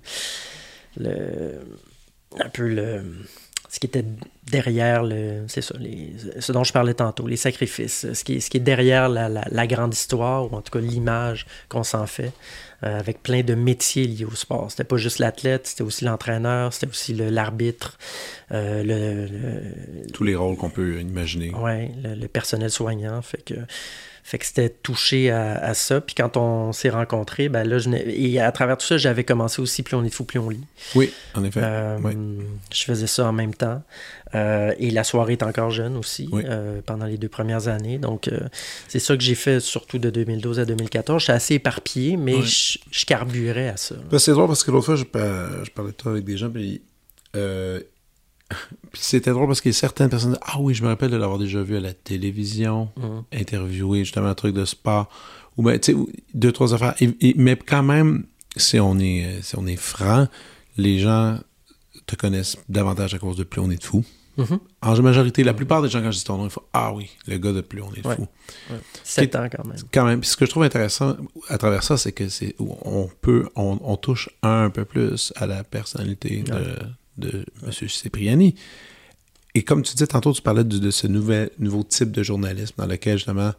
euh, le, un peu le... ce qui était derrière, le, c'est ça, les, ce dont je parlais tantôt, les sacrifices, ce qui est, ce qui est derrière la, la, la grande histoire, ou en tout cas l'image qu'on s'en fait, euh, avec plein de métiers liés au sport. C'était pas juste l'athlète, c'était aussi l'entraîneur, c'était aussi le, l'arbitre, euh, le, le... tous les rôles qu'on peut imaginer. Oui, le, le personnel soignant, fait que... Fait que c'était touché à, à ça. Puis quand on s'est rencontrés, ben là, je et à travers tout ça, j'avais commencé aussi Plus on est fou, plus on lit. Oui, en effet. Euh, oui. Je faisais ça en même temps. Euh, et la soirée est encore jeune aussi, oui. euh, pendant les deux premières années. Donc, euh, c'est ça que j'ai fait surtout de deux mille douze à deux mille quatorze. J'étais assez éparpillé, mais oui. je, je carburais à ça. Ben, c'est drôle parce que l'autre fois, je, je parlais de toi avec des gens, puis... Euh, Puis c'était drôle parce qu'il y a certaines personnes ah oui, je me rappelle de l'avoir déjà vu à la télévision, mmh. interviewé justement un truc de sport, ou ben tu sais, deux, trois affaires. Et, et, mais quand même, si on est si on est franc, les gens te connaissent davantage à cause de Plus on est de fou. Mmh. En majorité, la plupart des gens, quand je dis ton nom, ils font ah oui, le gars de Plus on est de ouais. fou. Ouais. Sept ans quand même. Quand même. Puis ce que je trouve intéressant à travers ça, c'est que c'est on peut, on, on touche un peu plus à la personnalité ouais. de de M. Cipriani. Et comme tu disais tantôt, tu parlais de, de ce nouvel, nouveau type de journalisme dans lequel, justement,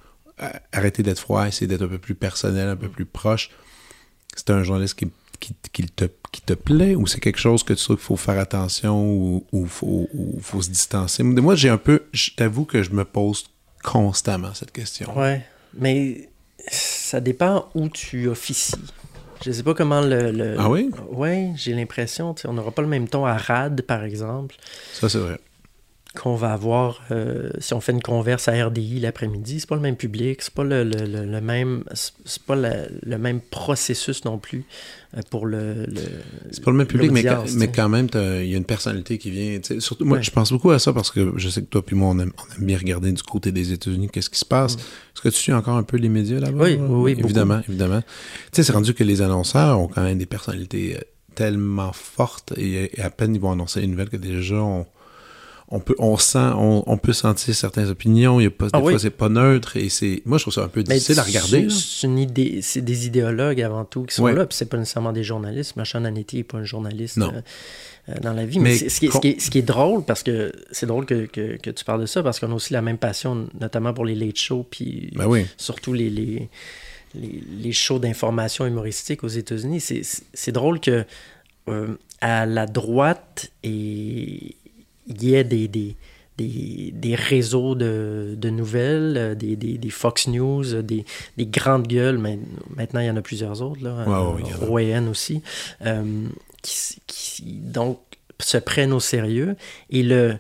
arrêter d'être froid, essayer d'être un peu plus personnel, un peu plus proche. C'est un journaliste qui, qui, qui, te, qui te plaît ou c'est quelque chose que tu trouves qu'il faut faire attention ou il faut, ou faut se distancer? Moi, j'ai un peu... Je t'avoue que je me pose constamment cette question. Ouais, mais ça dépend où tu officies. Je sais pas comment le... le... Ah oui? Oui, j'ai l'impression. On n'aura pas le même ton à R A D, par exemple. Ça, c'est vrai. Qu'on va avoir... Euh, si on fait une converse à R D I l'après-midi, c'est pas le même public, c'est pas le, le, le, le même... C'est pas le, le même processus non plus euh, pour le, le... C'est pas le même public, mais, mais quand même, il y a une personnalité qui vient... Surtout, moi, ouais. je pense beaucoup à ça parce que je sais que toi puis moi, on aime, on aime bien regarder du côté des États-Unis qu'est-ce qui se passe. Mm. Est-ce que tu suis encore un peu les médias là-bas? Oui, oui, oui. Évidemment, beaucoup. évidemment. Tu sais, c'est rendu que les annonceurs ont quand même des personnalités tellement fortes et, et à peine ils vont annoncer une nouvelle que déjà on... on peut, on sent, on, on peut sentir certaines opinions. Il y a pas, des ah, fois, oui. c'est pas neutre. Et c'est, moi, je trouve ça un peu difficile Mais à regarder. C'est, c'est, une idée, c'est des idéologues avant tout qui sont ouais. là. Puis c'est pas nécessairement des journalistes. Machin Anetti n'est pas un journaliste euh, euh, dans la vie. Mais, mais c'est, ce, qui est, ce, qui est, ce qui est drôle, parce que c'est drôle que, que, que tu parles de ça, parce qu'on a aussi la même passion, notamment pour les late shows, puis ben oui. surtout les, les, les, les shows d'information humoristique aux États-Unis. C'est, c'est, c'est drôle que euh, à la droite, et il y ait des, des, des, des réseaux de, de nouvelles, des, des, des Fox News, des, des grandes gueules. Mais maintenant, il y en a plusieurs autres, là, ouais, ouais, O A N aussi, euh, qui, qui donc se prennent au sérieux. Et le,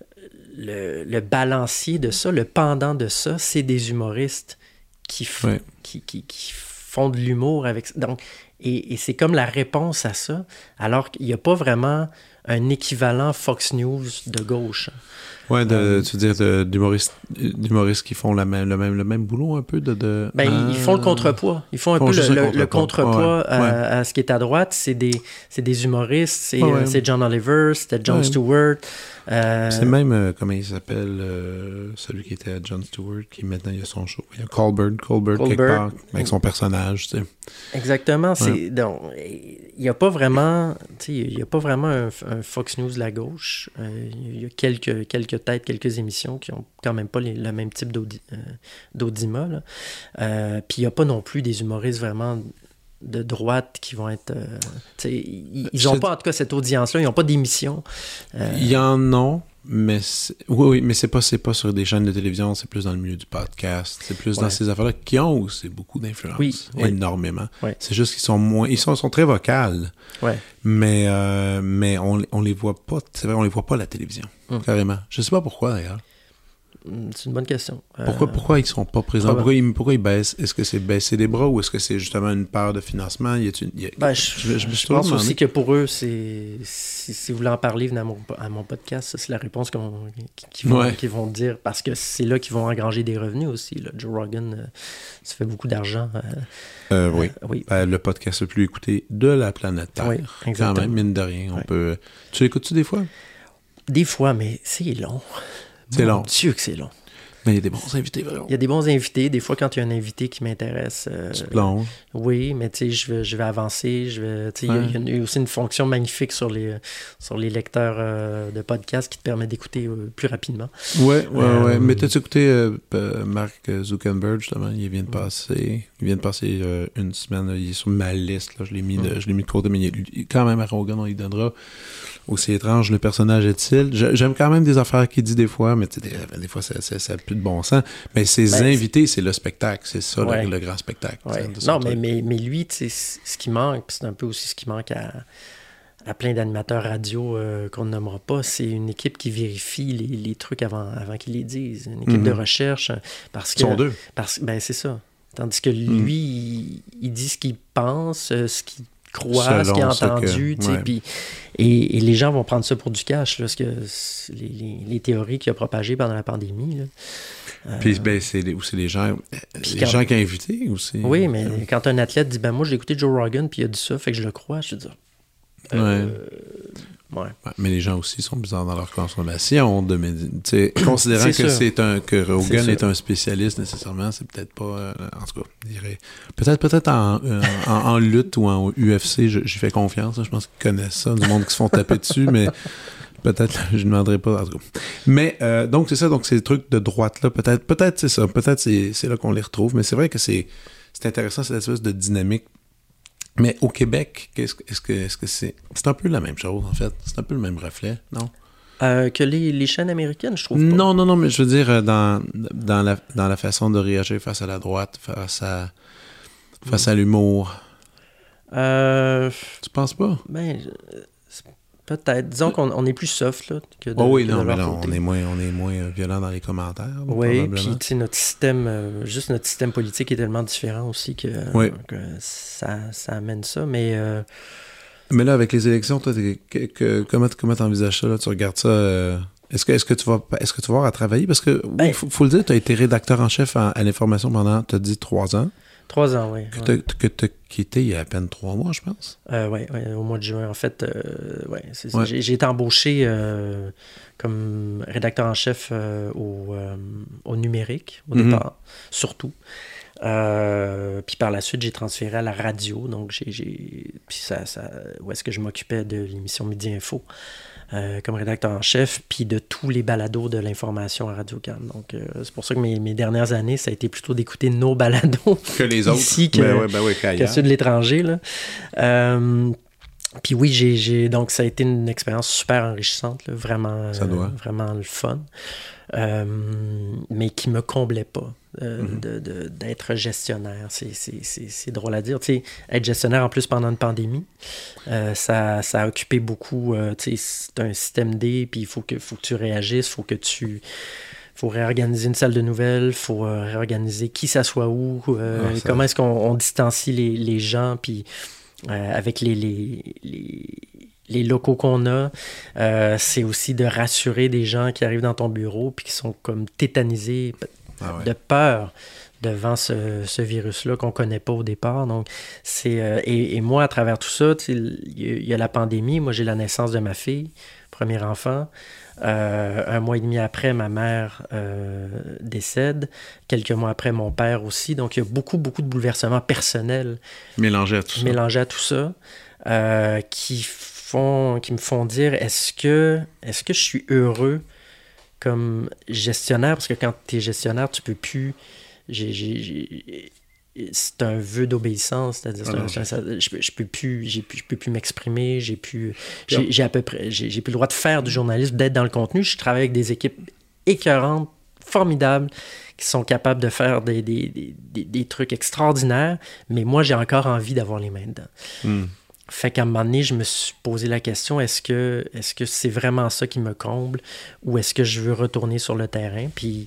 le, le balancier de ça, le pendant de ça, c'est des humoristes qui, f- ouais. qui, qui, qui font de l'humour avec... Donc, et, et c'est comme la réponse à ça, alors qu'il n'y a pas vraiment un équivalent Fox News de gauche. Ouais, de, euh, tu veux dire de, d'humoristes, d'humoristes qui font la même, le, même, le même boulot un peu de... de ben, euh... ils font le contrepoids. Ils font un font peu le, le, contrepoids, le contrepoids ouais, à, ouais. à ce qui est à droite. C'est des, c'est des humoristes. C'est, ouais, ouais. c'est John Oliver, c'était Jon ouais. Stewart. Euh... C'est même, euh, comment il s'appelle, euh, celui qui était à Jon Stewart, qui maintenant il a son show. Il y a Colbert, Colbert, Colbert. quelque part, avec son personnage, tu sais. Exactement. Ouais. C'est, donc, il n'y a pas vraiment, tu sais, il y a pas vraiment un, un Fox News de la gauche. Euh, il y a quelques, quelques têtes, quelques émissions qui ont quand même pas les, le même type d'audi, euh, d'audimat. Là. Euh, puis il n'y a pas non plus des humoristes vraiment de droite qui vont être... Euh, ils n'ont pas, en tout cas, cette audience-là. Ils n'ont pas d'émission. Euh... Il y en a, mais... C'est... Oui, oui, mais c'est pas, c'est pas sur des chaînes de télévision, c'est plus dans le milieu du podcast. C'est plus ouais. dans ces affaires-là qui ont aussi beaucoup d'influence. Oui, énormément. Oui. C'est juste qu'ils sont moins... Ils sont, sont très vocales. Ouais. Mais, euh, mais on, on les voit pas... C'est vrai, on les voit pas à la télévision. Hum. Carrément. Je sais pas pourquoi, d'ailleurs. C'est une bonne question. Pourquoi, euh, pourquoi ils ne sont pas présents? Pourquoi ils, pourquoi ils baissent? Est-ce que c'est baisser les bras ou est-ce que c'est justement une part de financement? Y a-t-il, y a... ben, je, je, je, je pense aussi que pour eux, c'est, si, si vous voulez en parler, venez à mon, à mon podcast. Ça, c'est la réponse qu'on, qu'ils, vont, ouais. qu'ils vont dire parce que c'est là qu'ils vont engranger des revenus aussi. Là. Joe Rogan, euh, ça fait beaucoup d'argent. Euh, euh, oui. Euh, oui. Ben, le podcast le plus écouté de la planète Terre. Oui, exactement. Quand même, mine de rien. On oui. peut... Tu l'écoutes-tu des fois? Des fois, mais c'est long. C'est Mon long. Dieu que c'est long. Mais il y a des bons invités, vraiment. Il y a des bons invités. Des fois, quand il y a un invité qui m'intéresse... Euh, tu plonges. Oui, mais tu sais, je vais, je vais avancer. Je vais, tu sais, ouais. il y, y a aussi une fonction magnifique sur les, sur les lecteurs euh, de podcasts qui te permet d'écouter euh, plus rapidement. Oui, oui, euh, oui. Mais t'as-tu écouté euh, Mark Zuckerberg, justement? Il vient de passer... Il vient de passer euh, une semaine. Là, il est sur ma liste. Là, je l'ai mis de, mm. je l'ai mis de côté, mais il, il, quand même, à Rogan, on lui donnera... Aussi étrange le personnage est-il. J'aime quand même des affaires qu'il dit des fois, mais des, des fois, ça n'a plus de bon sens. Mais ses ben, invités, c'est le spectacle. C'est ça, ouais. le, le grand spectacle. Ouais. Non, mais, mais, mais lui, ce qui manque, c'est un peu aussi ce qui manque à, à plein d'animateurs radio euh, qu'on ne nommera pas, c'est une équipe qui vérifie les, les trucs avant, avant qu'ils les disent. Une équipe mm-hmm. de recherche. Parce que, Ils sont deux. Parce, ben, c'est ça. Tandis que lui, mm. il, il dit ce qu'il pense, ce qu'il croit, ce qu'il a entendu, que, ouais. pis, et, et les gens vont prendre ça pour du cash, là, parce que les, les, les théories qu'il a propagées pendant la pandémie. Là, euh, puis ben, c'est les, aussi les gens, les quand, gens qui ont invité aussi. Oui, mais euh, quand un athlète dit ben moi j'ai écouté Joe Rogan puis il a dit ça, fait que je le crois, je te dis. Euh, ouais. Ouais. Ouais, mais les gens aussi sont bizarres dans leur consommation de médi- considérant c'est que sûr. c'est un que Rogan est, est un spécialiste nécessairement, c'est peut-être pas euh, en tout cas, je dirais peut-être peut-être en, euh, en, en lutte ou en U F C, j'y fais confiance, je pense qu'ils connaissent ça, du monde qui se font taper dessus, mais peut-être je ne demanderai pas en tout cas. Mais euh, donc c'est ça, donc ces trucs de droite là, peut-être peut-être c'est ça, peut-être c'est, c'est là qu'on les retrouve, mais c'est vrai que c'est c'est intéressant cette espèce de dynamique. Mais au Québec, qu'est-ce, est-ce que, est-ce que c'est... C'est un peu la même chose, en fait. C'est un peu le même reflet, non? Euh, que les, les chaînes américaines, je trouve pas. Non, non, non, mais je veux dire, dans, dans, la, dans la façon de réagir face à la droite, face à, face à l'humour. Euh... Tu penses pas? Ben, peut-être. Disons qu'on on est plus soft, là, que de, oh oui, que non, de mais leur là, côté. on est moins, on est moins violent dans les commentaires. Là, oui, puis tu sais, notre système, euh, juste notre système politique est tellement différent aussi que, oui. euh, que ça, ça amène ça, mais... Euh... Mais là, avec les élections, toi, que, que, comment, comment t'envisages ça, là? Tu regardes ça... Euh... Est-ce que, est-ce que tu vas, est-ce que tu vas avoir à travailler? Parce que, il ben, faut, faut le dire, tu as été rédacteur en chef à, à l'information pendant, tu as dit, trois ans. Trois ans, oui. Que Ouais. tu as quitté il y a à peine trois mois, je pense. Euh, oui, ouais, au mois de juin. En fait, euh, ouais, c'est, Ouais. j'ai, j'ai été embauché euh, comme rédacteur en chef euh, au, euh, au numérique, au Mhm. départ, surtout. Euh, puis par la suite, j'ai transféré à la radio. Donc, j'ai, j'ai puis ça, ça, où est-ce que je m'occupais de l'émission Midi Info euh, comme rédacteur en chef, puis de tous les balados de l'information à Radio-Can. Donc, euh, c'est pour ça que mes, mes dernières années, ça a été plutôt d'écouter nos balados Que les autres. ici que, Ben ouais, ben ouais, que ceux de l'étranger, là. Euh, puis oui, j'ai, j'ai donc ça a été une expérience super enrichissante, là, vraiment, Ça doit. euh, vraiment le fun, euh, mais qui me comblait pas. Euh, Mhm. de, de, d'être gestionnaire. C'est, c'est, c'est, c'est drôle à dire. Tu sais, être gestionnaire en plus pendant une pandémie, euh, ça, ça a occupé beaucoup. Euh, tu sais, c'est un système D, puis il faut que, faut que tu réagisses, il faut que tu. faut réorganiser une salle de nouvelles, il faut euh, réorganiser qui s'assoit où, euh, Ah, ça- comment est-ce qu'on on distancie les, les gens, puis euh, avec les, les, les, les locaux qu'on a. Euh, c'est aussi de rassurer des gens qui arrivent dans ton bureau, puis qui sont comme tétanisés Ah ouais. de peur devant ce, ce virus-là qu'on ne connaît pas au départ. Donc, c'est, euh, et, et moi, à travers tout ça, tu sais, il y, a- il y a la pandémie. Moi, j'ai la naissance de ma fille, premier enfant. Euh, un mois et demi après, ma mère euh, décède. Quelques mois après, mon père aussi. Donc, il y a beaucoup, beaucoup de bouleversements personnels Mélangé à tout ça. mélangés à tout ça euh, qui, font, qui me font dire, est-ce que, est-ce que je suis heureux comme gestionnaire, parce que quand tu es gestionnaire, tu peux plus. J'ai, j'ai, j'ai- c'est un vœu d'obéissance, c'est-à-dire c'est Ah un- non, c'est un- ça- je, peux- je peux plus, j'ai plus, je peux plus m'exprimer, j'ai plus, j'ai, j'ai à peu près, j'ai, j'ai plus le droit de faire du journalisme, d'être dans le contenu. Je travaille avec des équipes écœurantes, formidables, qui sont capables de faire des, des, des, des, des trucs extraordinaires, mais moi j'ai encore envie d'avoir les mains dedans. Hmm. Fait qu'à un moment donné, je me suis posé la question, est-ce que, est-ce que c'est vraiment ça qui me comble ou est-ce que je veux retourner sur le terrain? Puis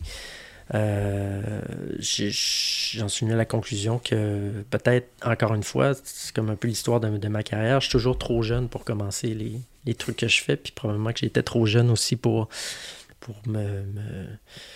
euh, j'ai- j'en suis venu à la conclusion que peut-être, encore une fois, c'est comme un peu l'histoire de, de ma carrière, je suis toujours trop jeune pour commencer les, les trucs que je fais, puis probablement que j'étais trop jeune aussi pour, pour me... me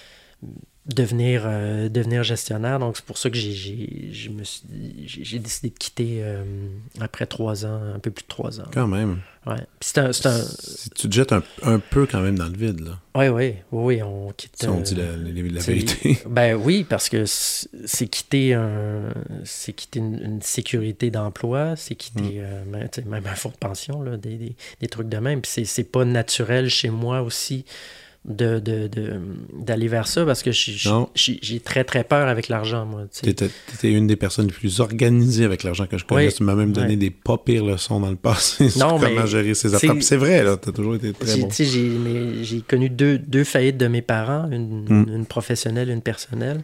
devenir, euh, devenir gestionnaire. Donc, c'est pour ça que j'ai, j'ai, je me suis, j'ai, j'ai décidé de quitter euh, après trois ans, un peu plus de trois ans. Quand même. Ouais. Puis c'est un... C'est un... Si tu te jettes un, un peu quand même dans le vide, là. Oui, oui, oui, on quitte... Si on euh, dit la, la- la c'est- vérité. Ben oui, parce que c'est c'est quitter, un, c'est quitter une, une sécurité d'emploi, c'est quitter Mm. euh, même, tu sais, même un fonds de pension, là, des, des, des trucs de même. Puis c'est, c'est pas naturel chez moi aussi de, de, de, d'aller vers ça parce que je- je- Non. j'ai, j'ai très, très peur avec l'argent, moi. tu sais. T'étais, t'étais une des personnes les plus organisées avec l'argent que je connais. Oui. Tu m'as même donné Ouais. des pas pires leçons dans le passé sur Non, mais comment gérer ses c'est- affaires. Puis c'est vrai, là. T'as toujours été très J'ai, bon. tu sais, j'ai, mais j'ai connu deux, deux faillites de mes parents, une, Mm. une professionnelle, une personnelle.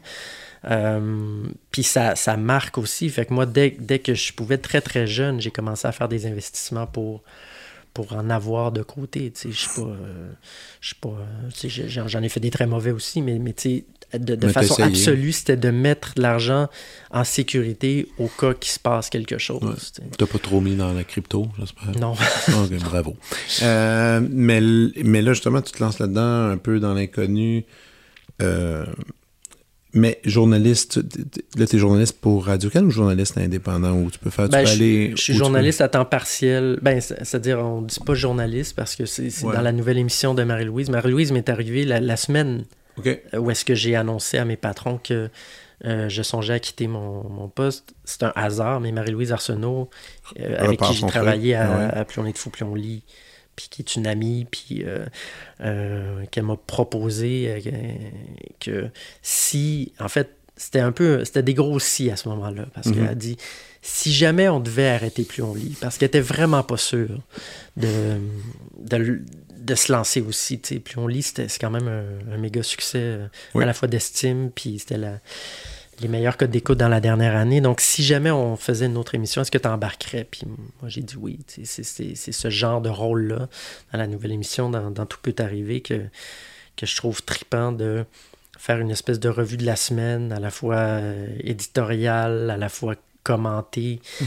Euh, puis ça, ça marque aussi. Fait que moi, dès, dès que je pouvais, très très jeune, j'ai commencé à faire des investissements pour, pour en avoir de côté. Tu sais, je suis pas... euh, je suis pas euh, tu sais, j'ai- j'en, j'en ai fait des très mauvais aussi, mais, mais tu sais, de, de Mais façon t'as essayé. absolue, c'était de mettre de l'argent en sécurité au cas qu'il se passe quelque chose. Ouais. tu sais. T'as pas trop mis dans la crypto, j'espère. Non. Ok, bravo. Euh, mais, l- mais là, justement, tu te lances là-dedans, un peu dans l'inconnu. Euh, mais journaliste, t- t- là, t'es journaliste pour Radio-Can ou journaliste indépendant où tu peux faire, tu Ben, peux je, aller... je suis où tu journaliste à temps partiel. Ben, c'est- c'est-à-dire, on ne dit pas journaliste parce que c'est, c'est Ouais. dans la nouvelle émission de Marie-Louise. Marie-Louise m'est arrivée la, la semaine peux- OK. où est-ce que j'ai annoncé à mes patrons que euh, je songeais à quitter mon, mon poste. C'est un hasard, mais Marie-Louise Arsenault, euh, avec Repart qui j'ai son travaillé truc. à, Ouais. à Plus on est de fou, plus on lit, puis qui est une amie, puis euh, euh, qu'elle m'a proposé euh, que si, en fait, c'était un peu, c'était des gros si à ce moment-là, parce Mhm. qu'elle a dit, si jamais on devait arrêter Plus on lit, parce qu'elle était vraiment pas sûre de, de, de se lancer aussi, tu sais, Plus on lit, c'était, c'est quand même un, un méga succès, euh, Oui. à la fois d'estime, puis c'était la, les meilleurs codes d'écoute dans la dernière année. Donc, si jamais on faisait une autre émission, est-ce que tu embarquerais? Puis moi, j'ai dit oui. Tu sais, C'est, c'est, c'est ce genre de rôle-là dans la nouvelle émission, dans, dans Tout peut arriver, que, que je trouve trippant de faire une espèce de revue de la semaine, à la fois euh, éditoriale, à la fois commentée Mhm.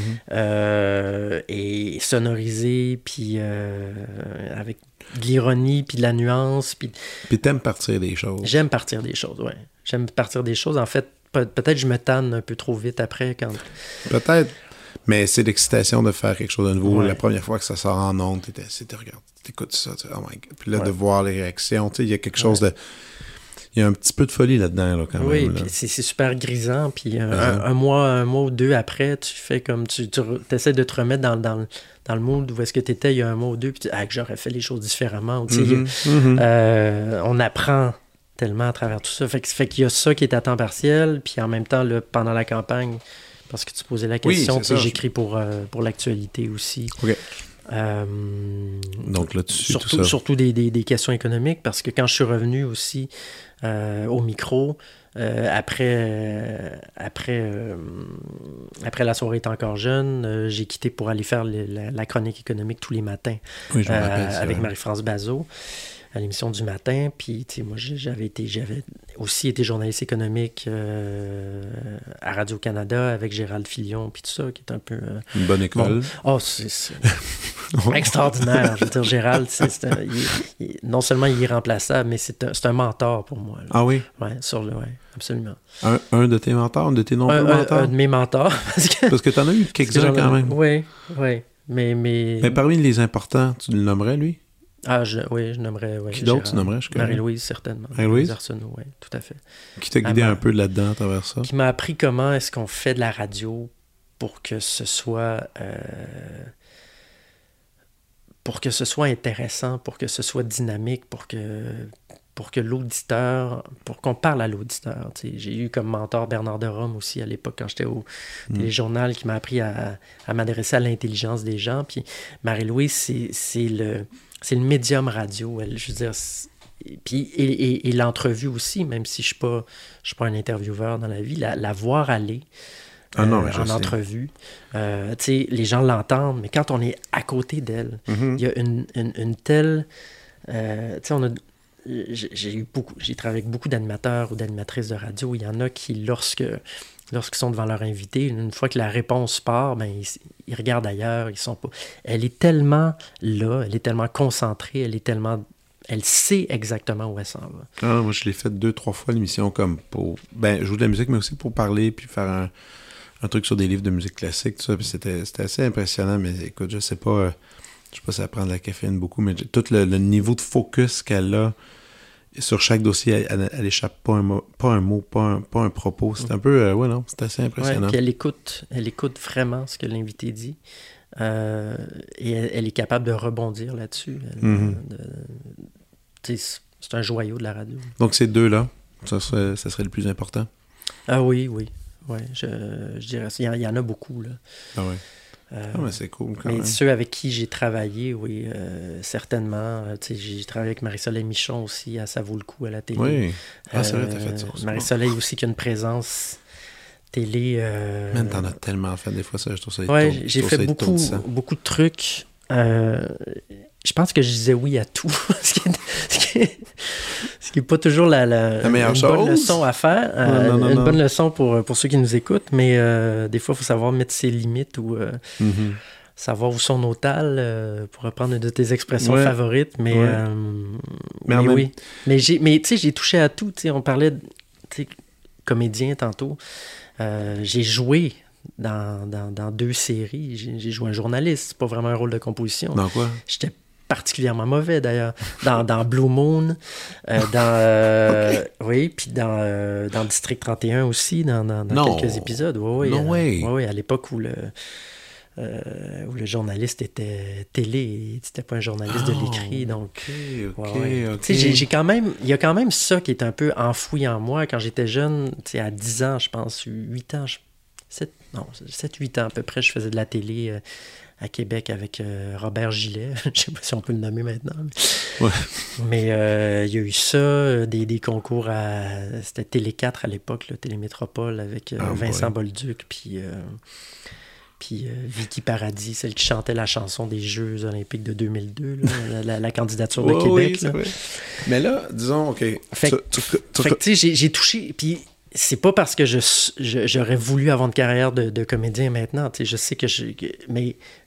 euh, et sonorisée, puis euh, avec de l'ironie, puis de la nuance. Puis Puis t'aimes partir des choses. j'aime partir des choses, ouais. J'aime partir des choses. En fait, Pe- peut-être je me tanne un peu trop vite après. quand Peut-être. Mais c'est l'excitation de faire quelque chose de nouveau. Ouais. La première fois que ça sort en ondes, t'étais, c'était, regarde, t'écoutes ça, tu, oh my God. Puis là, Ouais. de voir les réactions, tu sais, il y a quelque chose ouais. de... Il y a un petit peu de folie là-dedans, là, quand oui, même. Oui, puis c'est, c'est super grisant. Puis un, uh-huh. un, un mois un mois ou deux après, tu fais comme... Tu, tu essaies de te remettre dans, dans, dans le mood où est-ce que tu étais il y a un mois ou deux, puis tu dis, ah, que j'aurais fait les choses différemment. Tu sais, mm-hmm. Mm-hmm. Euh, on apprend tellement à travers tout ça. Fait, que, fait qu'il y a ça qui est à temps partiel, puis en même temps, là, pendant la campagne... Parce que tu posais la question, oui, tu sais, j'écris pour, euh, pour l'actualité aussi. OK. Euh, Donc là-dessus, surtout, tout ça. Surtout des, des, des questions économiques, parce que quand je suis revenu aussi euh, au micro, euh, après, euh, après, euh, après La soirée est encore jeune, euh, j'ai quitté pour aller faire les, la, la chronique économique tous les matins oui, je me rappelle, euh, avec vrai. Marie-France Bazot à l'émission du matin. Puis, tu sais, moi, j'avais été, j'avais aussi été journaliste économique euh, à Radio-Canada avec Gérald Filion, puis tout ça, qui est un peu... Euh, Une bonne école. Bon. Oh, c'est, c'est extraordinaire. Je veux dire, Gérald, c'est, c'est un, il, il, non seulement il est irremplaçable, mais c'est un, c'est un mentor pour moi. Là. Ah oui? Oui, sur le... Ouais, absolument. Un, un de tes mentors, un de tes nombreux un, mentors? Un, un de mes mentors. Parce que, parce que t'en as eu quelques-uns quand même. Oui, oui. Mais, mais... mais parmi les importants, tu le nommerais, lui? Ah, je, oui, je nommerais... Ouais, qui d'autre Gérard, tu nommerais? Je Marie-Louise, certainement. Marie-Louise? Arsenault, oui, tout à fait. Qui t'a guidé un peu là-dedans à travers ça? Qui m'a appris comment est-ce qu'on fait de la radio pour que ce soit... Euh, pour que ce soit intéressant, pour que ce soit dynamique, pour que, pour que l'auditeur... pour qu'on parle à l'auditeur. Tu sais, j'ai eu comme mentor Bernard de Rome aussi à l'époque, quand j'étais au mmh. téléjournal, qui m'a appris à, à m'adresser à l'intelligence des gens. Puis Marie-Louise, c'est, c'est le... C'est le médium radio, elle, je veux dire. Puis, et, et, et l'entrevue aussi, même si je ne suis, suis pas un intervieweur dans la vie, la, la voir aller ah non, euh, en sais. entrevue. Euh, tu sais, les gens l'entendent, mais quand on est à côté d'elle, il mm-hmm. y a une, une, une telle... Euh, tu sais, on a... J'ai, eu beaucoup, j'ai travaillé avec beaucoup d'animateurs ou d'animatrices de radio. Il y en a qui, lorsque... Lorsqu'ils sont devant leur invité, une fois que la réponse part, ben, ils, ils regardent ailleurs, ils sont pas... Elle est tellement là, elle est tellement concentrée, elle est tellement... Elle sait exactement où elle s'en va. Ah, moi, je l'ai fait deux, trois fois, l'émission, comme pour... Ben, je joue de la musique, mais aussi pour parler, puis faire un, un truc sur des livres de musique classique, tout ça, puis c'était, c'était assez impressionnant, mais écoute, je sais pas... Euh, je sais pas si ça prend de la caféine beaucoup, mais tout le, le niveau de focus qu'elle a sur chaque dossier, elle, elle échappe pas un mot, pas un, mot, pas un, pas un propos. C'est un peu... Euh, ouais, non, c'est assez impressionnant. Ouais, puis elle écoute, elle écoute vraiment ce que l'invité dit. Euh, et elle, elle est capable de rebondir là-dessus. Elle, mm-hmm. de, c'est un joyau de la radio. Donc, ces deux-là, ça serait, ça serait le plus important? Ah oui, oui. Ouais, je, je dirais ça. Il y, en, il y en a beaucoup, là. Ah oui. Euh, ah, mais c'est cool quand mais même. Ceux avec qui j'ai travaillé, oui, euh, certainement. Euh, j'ai travaillé avec Marie-Soleil Michon aussi, à Ça vaut le coup à la télé. Oui, ah, c'est euh, vrai, t'as fait ça. Marie-Soleil bon. aussi qui a une présence télé. Euh... Man, t'en as tellement fait des fois, ça, je trouve ça Ouais, étourd, j'ai fait beaucoup, beaucoup de trucs. Euh, je pense que je disais oui à tout. ce qui est, ce qui est, ce qui est pas toujours la, la, la meilleure une chose. bonne leçon à faire. Non, euh, non, non, une non. bonne leçon pour, pour ceux qui nous écoutent, mais euh, des fois, il faut savoir mettre ses limites ou euh, mm-hmm. savoir où sont nos talles, euh, pour reprendre une de tes expressions ouais. favorites. Mais, ouais. euh, mais, mais même... oui. Mais, j'ai, mais tu sais, j'ai touché à tout. On parlait de comédien tantôt. Euh, j'ai joué dans, dans, dans deux séries. J'ai, j'ai joué un journaliste. C'est pas vraiment un rôle de composition. Dans quoi? J'étais particulièrement mauvais, d'ailleurs. Dans, dans Blue Moon, euh, dans... Euh, okay. Oui, puis dans, euh, dans District trente et un aussi, dans, dans, dans quelques épisodes. Oui, oui, no euh, way. Oui, oui, à l'époque où le... Euh, où le journaliste était télé, c'était pas un journaliste oh, de l'écrit, donc... OK, OK, ouais, ouais. OK. Tu sais, j'ai, j'ai quand même... Il y a quand même ça qui est un peu enfoui en moi. Quand j'étais jeune, tu sais, à dix ans, je pense, huit ans, je... sept, non, sept huit ans à peu près, je faisais de la télé... Euh, à Québec avec euh, Robert Gillet. Je ne sais pas si on peut le nommer maintenant. Mais ouais. mais euh, il y a eu ça, des, des concours à... C'était Télé quatre à l'époque, là, Télémétropole, avec euh, oh Vincent boy. Bolduc, puis, euh, puis euh, Vicky Paradis, celle qui chantait la chanson des Jeux olympiques de deux mille deux, là, la, la, la candidature de oh, Québec. Oui, là. vrai. Mais là, disons, OK... Fait que, tu, tu, tu, tu sais, j'ai touché... Puis c'est pas parce que je, je, j'aurais voulu avoir une carrière de, de comédien maintenant, tu sais, je sais que je... Mais...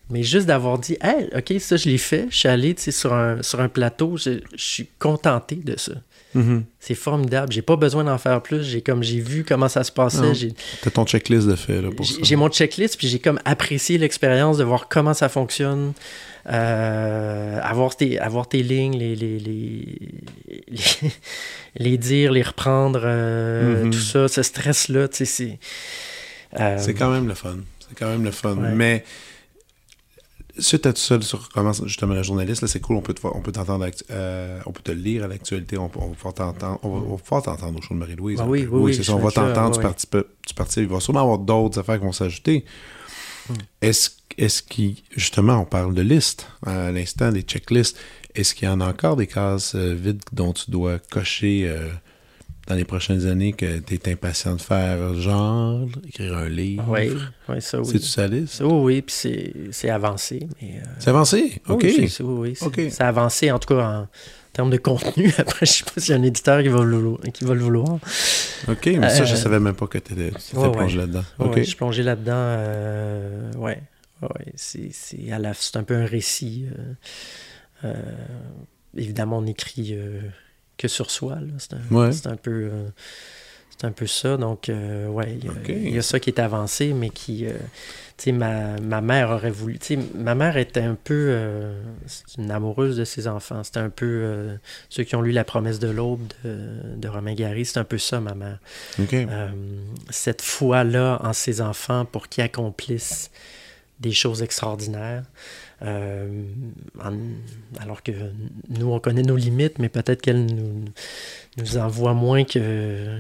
Mais juste d'avoir dit, hey, OK, ça, je l'ai fait. Je suis allé sur un, sur un plateau. Je, je suis contenté de ça. Mm-hmm. C'est formidable. J'ai pas besoin d'en faire plus. J'ai comme j'ai vu comment ça se passait. J'ai... T'as ton checklist de fait là, pour j'ai, ça. J'ai mon checklist, puis j'ai comme apprécié l'expérience de voir comment ça fonctionne. Euh, avoir, tes, avoir tes lignes, les, les, les, les, les dire, les reprendre, euh, mm-hmm. tout ça, ce stress-là, tu sais, c'est... Euh... C'est quand même le fun. C'est quand même le fun. Ouais. Mais suite à tout ça, sur comment justement la journaliste, là, c'est cool, on peut, te, on peut t'entendre, euh, on peut te lire à l'actualité, on, on va pouvoir t'entendre, on va, on va pouvoir t'entendre au show de Marie-Louise. Ah oui, oui, oui, oui, c'est ça, on va t'entendre, ouais, tu, ouais. tu participes, il va sûrement avoir d'autres affaires qui vont s'ajouter. Hmm. Est-ce, est-ce qu'il, justement, on parle de listes à l'instant, des checklists, est-ce qu'il y en a encore des cases euh, vides dont tu dois cocher euh, dans les prochaines années que tu es impatient de faire, genre, écrire un livre? Oui, oui, ça, oui. C'est-tu ça liste? Oui, oui, puis c'est, c'est avancé. Mais, euh... C'est avancé? OK. Oui, c'est, oui, oui, c'est, okay. c'est avancé, en tout cas, en termes de contenu. Après, je ne sais pas s'il y a un éditeur qui va le vouloir. Qui va le vouloir. OK, mais euh, ça, je ne savais même pas que tu étais ouais, plongé ouais. là-dedans. Ouais, OK. ouais, je suis plongé là-dedans, euh, oui. Ouais, c'est, c'est, à la, c'est un peu un récit. Euh, euh, évidemment, on écrit euh, que sur soi. Là. C'est, un, ouais. c'est un peu... Euh, C'est un peu ça. Donc, euh, ouais, il y, okay. y a ça qui est avancé, mais qui... Euh, tu sais, ma, ma mère aurait voulu... Tu sais, ma mère était un peu... Euh, c'est une amoureuse de ses enfants. C'était un peu... Euh, ceux qui ont lu La promesse de l'aube de, de Romain Gary, c'est un peu ça, ma mère. Okay. Euh, cette foi-là en ses enfants pour qu'ils accomplissent des choses extraordinaires. Euh, en, alors que nous, on connaît nos limites, mais peut-être qu'elle nous, nous en voit moins que...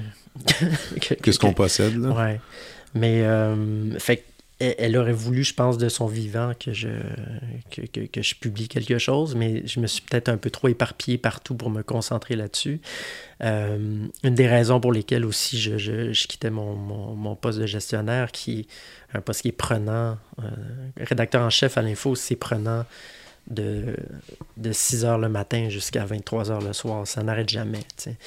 que, que ce qu'on possède, là. Ouais. Mais, euh, fait elle, elle aurait voulu, je pense, de son vivant que je, que, que, que je publie quelque chose, mais je me suis peut-être un peu trop éparpillé partout pour me concentrer là-dessus. Euh, une des raisons pour lesquelles aussi je, je, je quittais mon, mon, mon poste de gestionnaire, qui un poste qui est prenant. Euh, rédacteur en chef à l'info, c'est prenant de, de six heures le matin jusqu'à vingt-trois heures le soir. Ça n'arrête jamais.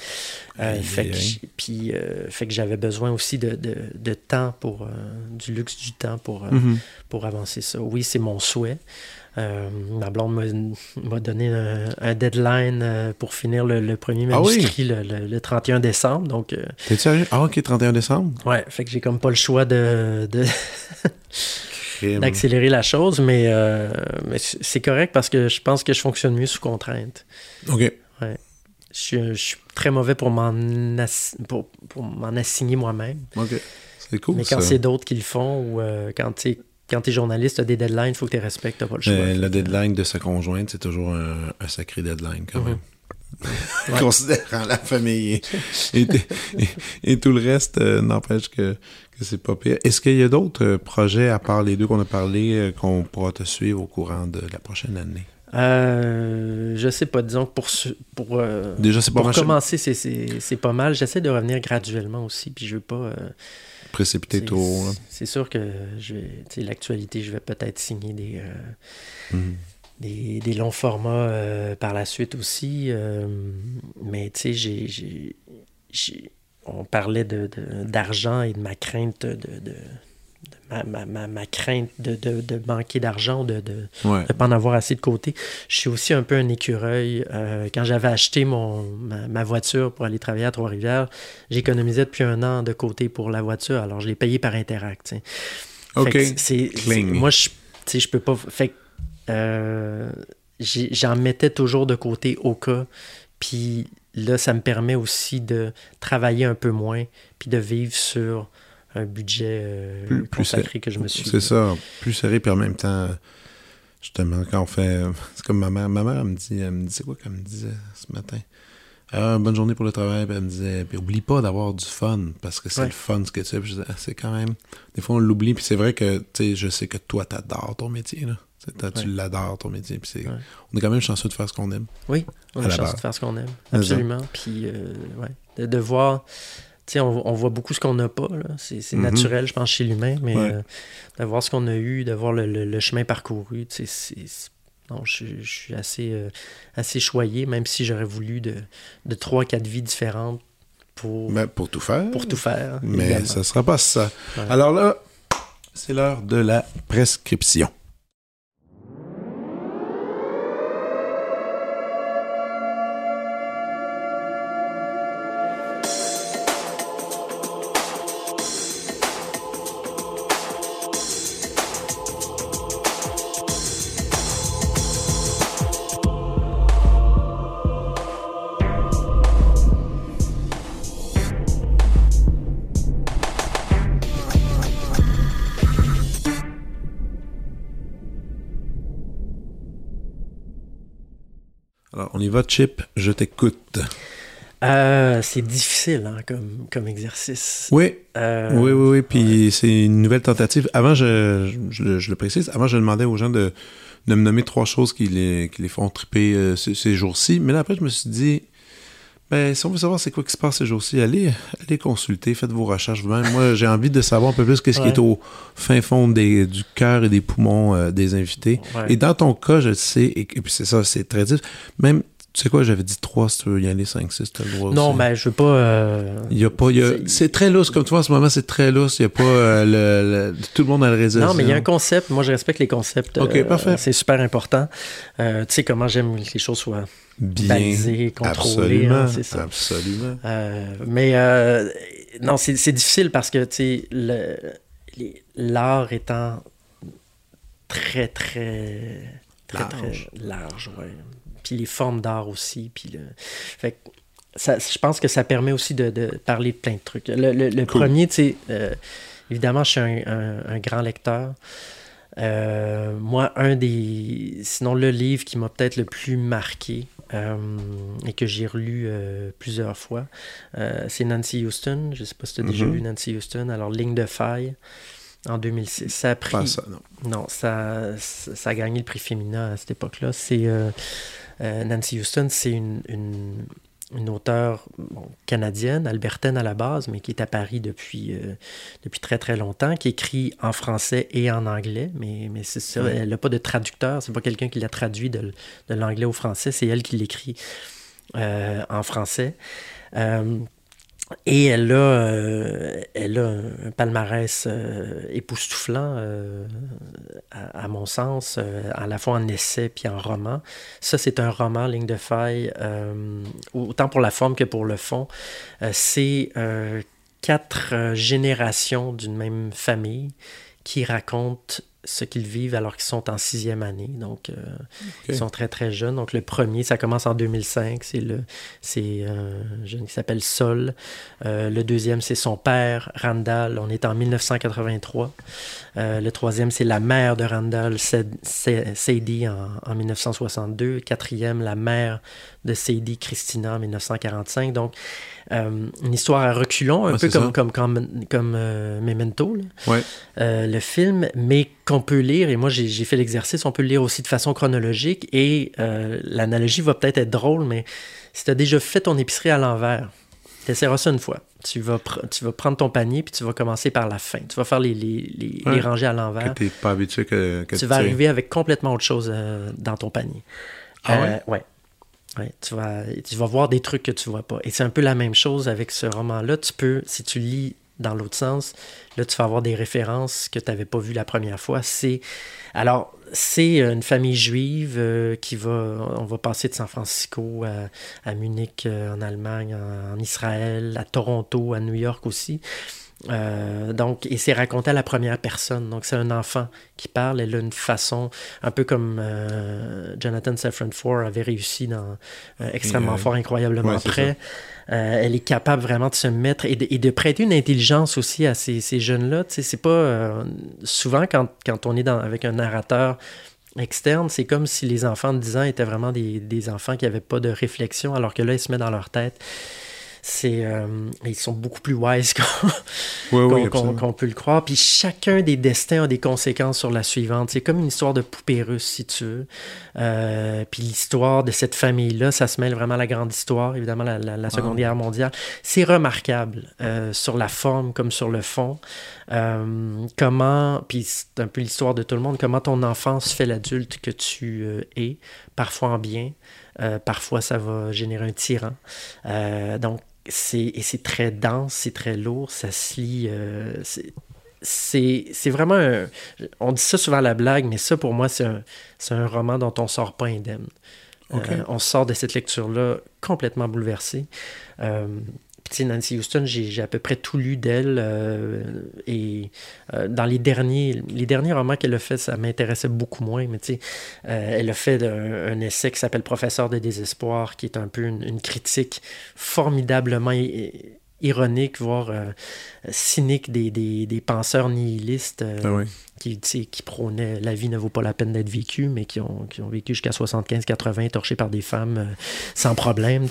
Euh, fait, que, puis, euh, fait que j'avais besoin aussi de, de, de temps, pour euh, du luxe du temps pour, euh, mm-hmm. pour avancer ça. Oui, c'est mon souhait. Euh, ma blonde m'a, m'a donné un, un deadline euh, pour finir le, le premier manuscrit ah oui? le, le, le trente et un décembre. Donc, euh, T'es sérieux? Ah, OK, trente et un décembre? Ouais, fait que j'ai comme pas le choix de... de d'accélérer la chose, mais, euh, mais c'est correct parce que je pense que je fonctionne mieux sous contrainte. OK. Ouais. Je suis, je suis très mauvais pour m'en, ass... pour, pour m'en assigner moi-même. OK. C'est cool, mais quand ça. c'est d'autres qui le font, ou euh, quand tu quand t'es journaliste, t'as des deadlines, il faut que tu respectes, t'as pas le choix. Euh, le deadline de sa conjointe, c'est toujours un, un sacré deadline, quand mm-hmm. même. Ouais. Considérant la famille et, et, et, et tout le reste, euh, n'empêche que, que c'est pas pire. Est-ce qu'il y a d'autres euh, projets, à part les deux qu'on a parlé, euh, qu'on pourra te suivre au courant de la prochaine année? Euh, je sais pas, disons que pour, pour, euh, Déjà, c'est pas pour mal commencer, c'est, c'est, c'est pas mal. J'essaie de revenir graduellement aussi, puis je veux pas... Euh, précipiter c'est, trop. C'est, c'est sûr que je vais, l'actualité, je vais peut-être signer des... Euh, mm. Des, des longs formats euh, par la suite aussi. Euh, mais tu sais, j'ai, j'ai, j'ai, on parlait de, de, d'argent et de ma crainte de, de, de ma, ma, ma, ma crainte de, de, de manquer d'argent, de de ouais. de pas en avoir assez de côté. Je suis aussi un peu un écureuil. Euh, quand j'avais acheté mon, ma, ma voiture pour aller travailler à Trois-Rivières, j'économisais depuis un an de côté pour la voiture. Alors, je l'ai payé par Interact. T'sais. OK. C'est, c'est, c'est, moi, je je peux pas... Fait Euh, j'en mettais toujours de côté au cas, puis là, ça me permet aussi de travailler un peu moins, puis de vivre sur un budget euh, plus, consacré plus que je me suis... C'est ça, plus serré, puis en même temps, justement, quand on fait... C'est comme ma mère, ma mère, elle me dit, elle me dit, c'est quoi qu'elle me disait ce matin? Ah, bonne journée pour le travail, puis elle me disait, puis oublie pas d'avoir du fun, parce que c'est ouais. le fun ce que tu sais, puis je disais, ah, c'est quand même... Des fois, on l'oublie, puis c'est vrai que, tu sais, je sais que toi, t'adores ton métier, là. Tu ouais. l'adores, ton métier. Puis c'est... Ouais. On est quand même chanceux de faire ce qu'on aime. Oui, on est chanceux base. de faire ce qu'on aime. Absolument. Puis, euh, ouais. de, de voir... Tu sais, on, on voit beaucoup ce qu'on n'a pas. Là. C'est, c'est mm-hmm. naturel, je pense, chez l'humain. Mais ouais. euh, de voir ce qu'on a eu, de voir le, le, le chemin parcouru, tu sais, c'est... c'est... Non, je, je suis assez, euh, assez choyé, même si j'aurais voulu de, de trois, quatre vies différentes pour... Ben, pour tout faire. Pour tout faire. Mais également. Ça ne sera pas ça. Ouais. Alors là, c'est l'heure de la prescription. On y va, Chip, je t'écoute. Euh, c'est difficile hein, comme, comme exercice. Oui, euh, oui, oui, oui. Puis ouais. c'est une nouvelle tentative. Avant, je, je, je, je le précise, avant, je demandais aux gens de, de me nommer trois choses qui les, qui les font triper euh, ces, ces jours-ci. Mais là, après, je me suis dit, ben, si on veut savoir c'est quoi qui se passe ces jours-ci, allez, allez consulter, faites vos recherches vous-même. Moi, j'ai envie de savoir un peu plus qu'est-ce ouais. qui est au fin fond des, du cœur et des poumons euh, des invités. Ouais. Et dans ton cas, je le sais, et, et puis c'est ça, c'est très difficile. Même tu sais quoi, j'avais dit trois, si tu veux y aller, cinq, six, tu as le droit aussi. Non, mais ben, je veux pas... Euh... Il y a pas... Il y a... C'est... c'est très lousse, comme tu vois, en ce moment, c'est très lousse. Il y a pas... Euh, le, le... Tout le monde a le réseau. Non, mais il y a un concept. Moi, je respecte les concepts. OK, euh, parfait. C'est super important. Euh, tu sais comment j'aime que les choses soient bien balisées, contrôlées. Absolument, hein, c'est ça. Absolument. Euh, mais euh, non, c'est, c'est difficile parce que, tu sais, le, les, l'art étant très, très... Très, large. très large, ouais. Puis les formes d'art aussi. Puis le... fait que ça, je pense que ça permet aussi de, de parler de plein de trucs. Le, le, le cool. premier, tu sais, euh, évidemment, je suis un, un, un grand lecteur. Euh, moi, un des... Sinon, le livre qui m'a peut-être le plus marqué euh, et que j'ai relu euh, plusieurs fois, euh, c'est Nancy Houston. Je ne sais pas si tu as mm-hmm. déjà lu Nancy Houston. Alors, Ligne de faille. En deux mille six. Ça a pris... Pas ça, non. Non, ça, ça, ça a gagné le prix Femina à cette époque-là. C'est... Euh, Euh, Nancy Houston, c'est une, une, une auteure bon, canadienne, albertaine à la base, mais qui est à Paris depuis, euh, depuis très très longtemps, qui écrit en français et en anglais, mais, mais c'est ça, ouais. Elle n'a pas de traducteur, c'est pas quelqu'un qui l'a traduit de, de l'anglais au français, c'est elle qui l'écrit euh, en français. Euh, Et elle a, euh, elle a un palmarès euh, époustouflant, euh, à, à mon sens, euh, à la fois en essai puis en roman. Ça, c'est un roman, Ligne de faille, euh, autant pour la forme que pour le fond. Euh, c'est euh, quatre euh, générations d'une même famille qui racontent ce qu'ils vivent alors qu'ils sont en sixième année. Donc, euh, okay. Ils sont très, très jeunes. Donc, le premier, ça commence en deux mille cinq. C'est, le, c'est un jeune qui s'appelle Sol. Euh, le deuxième, c'est son père, Randall. On est en dix-neuf cent quatre-vingt-trois. Euh, le troisième, c'est la mère de Randall, Sadie, en, en dix-neuf cent soixante-deux. Quatrième, la mère de Sadie, Christina, en dix-neuf cent quarante-cinq. Donc, euh, une histoire à reculons, un ouais, peu comme, comme, comme, comme euh, Memento, là. Ouais. Euh, le film, mais qu'on peut lire, et moi j'ai, j'ai fait l'exercice, on peut le lire aussi de façon chronologique, et euh, l'analogie va peut-être être drôle, mais si tu as déjà fait ton épicerie à l'envers, tu essaieras ça une fois. Tu vas, pr- tu vas prendre ton panier, puis tu vas commencer par la fin. Tu vas faire les, les, les, ouais. les rangées à l'envers. Que tu n'es pas habitué que, que tu vas arriver avec complètement autre chose euh, dans ton panier. Ah euh, ouais? Ouais. Ouais, tu vas, tu vas voir des trucs que tu vois pas. Et c'est un peu la même chose avec ce roman-là. Tu peux, si tu lis dans l'autre sens, là, tu vas avoir des références que tu n'avais pas vues la première fois. C'est, alors, c'est une famille juive euh, qui va... On va passer de San Francisco à, à Munich, euh, en Allemagne, en, en Israël, à Toronto, à New York aussi. Euh, donc, et c'est raconté à la première personne. Donc, c'est un enfant qui parle. Elle a une façon, un peu comme euh, Jonathan Safran Foer avait réussi dans euh, Extrêmement euh, fort, incroyablement ouais, près. Euh, elle est capable vraiment de se mettre et de, et de prêter une intelligence aussi à ces, ces jeunes-là. Tu sais, c'est pas... Euh, souvent, quand, quand on est dans, avec un narrateur externe, c'est comme si les enfants de dix ans étaient vraiment des, des enfants qui n'avaient pas de réflexion, alors que là, ils se mettent dans leur tête. C'est, euh, ils sont beaucoup plus wise qu'on, oui, oui, qu'on, qu'on, qu'on peut le croire. Puis chacun des destins a des conséquences sur la suivante. C'est comme une histoire de poupée russe, si tu veux. Euh, puis l'histoire de cette famille-là, ça se mêle vraiment à la grande histoire, évidemment, la, la, la Seconde ah. Guerre mondiale. C'est remarquable, euh, sur la forme comme sur le fond. Euh, comment, puis c'est un peu l'histoire de tout le monde, comment ton enfance fait l'adulte que tu euh, es, parfois en bien, euh, parfois ça va générer un tyran. Euh, donc, C'est, et c'est très dense, c'est très lourd, ça se lit... Euh, c'est, c'est, c'est vraiment un... On dit ça souvent à la blague, mais ça, pour moi, c'est un, c'est un roman dont on ne sort pas indemne. Okay. Euh, on sort de cette lecture-là complètement bouleversé. Euh, Puis, Nancy Houston, j'ai, j'ai à peu près tout lu d'elle. Euh, et euh, dans les derniers, les derniers romans qu'elle a fait, ça m'intéressait beaucoup moins. Mais tu sais, euh, elle a fait un, un essai qui s'appelle Professeur de désespoir, qui est un peu une, une critique formidablement ironique, voire euh, cynique des, des, des penseurs nihilistes euh, ah oui. qui, qui prônaient la vie ne vaut pas la peine d'être vécue, mais qui ont, qui ont vécu jusqu'à soixante-quinze quatre-vingts, torchés par des femmes euh, sans problème.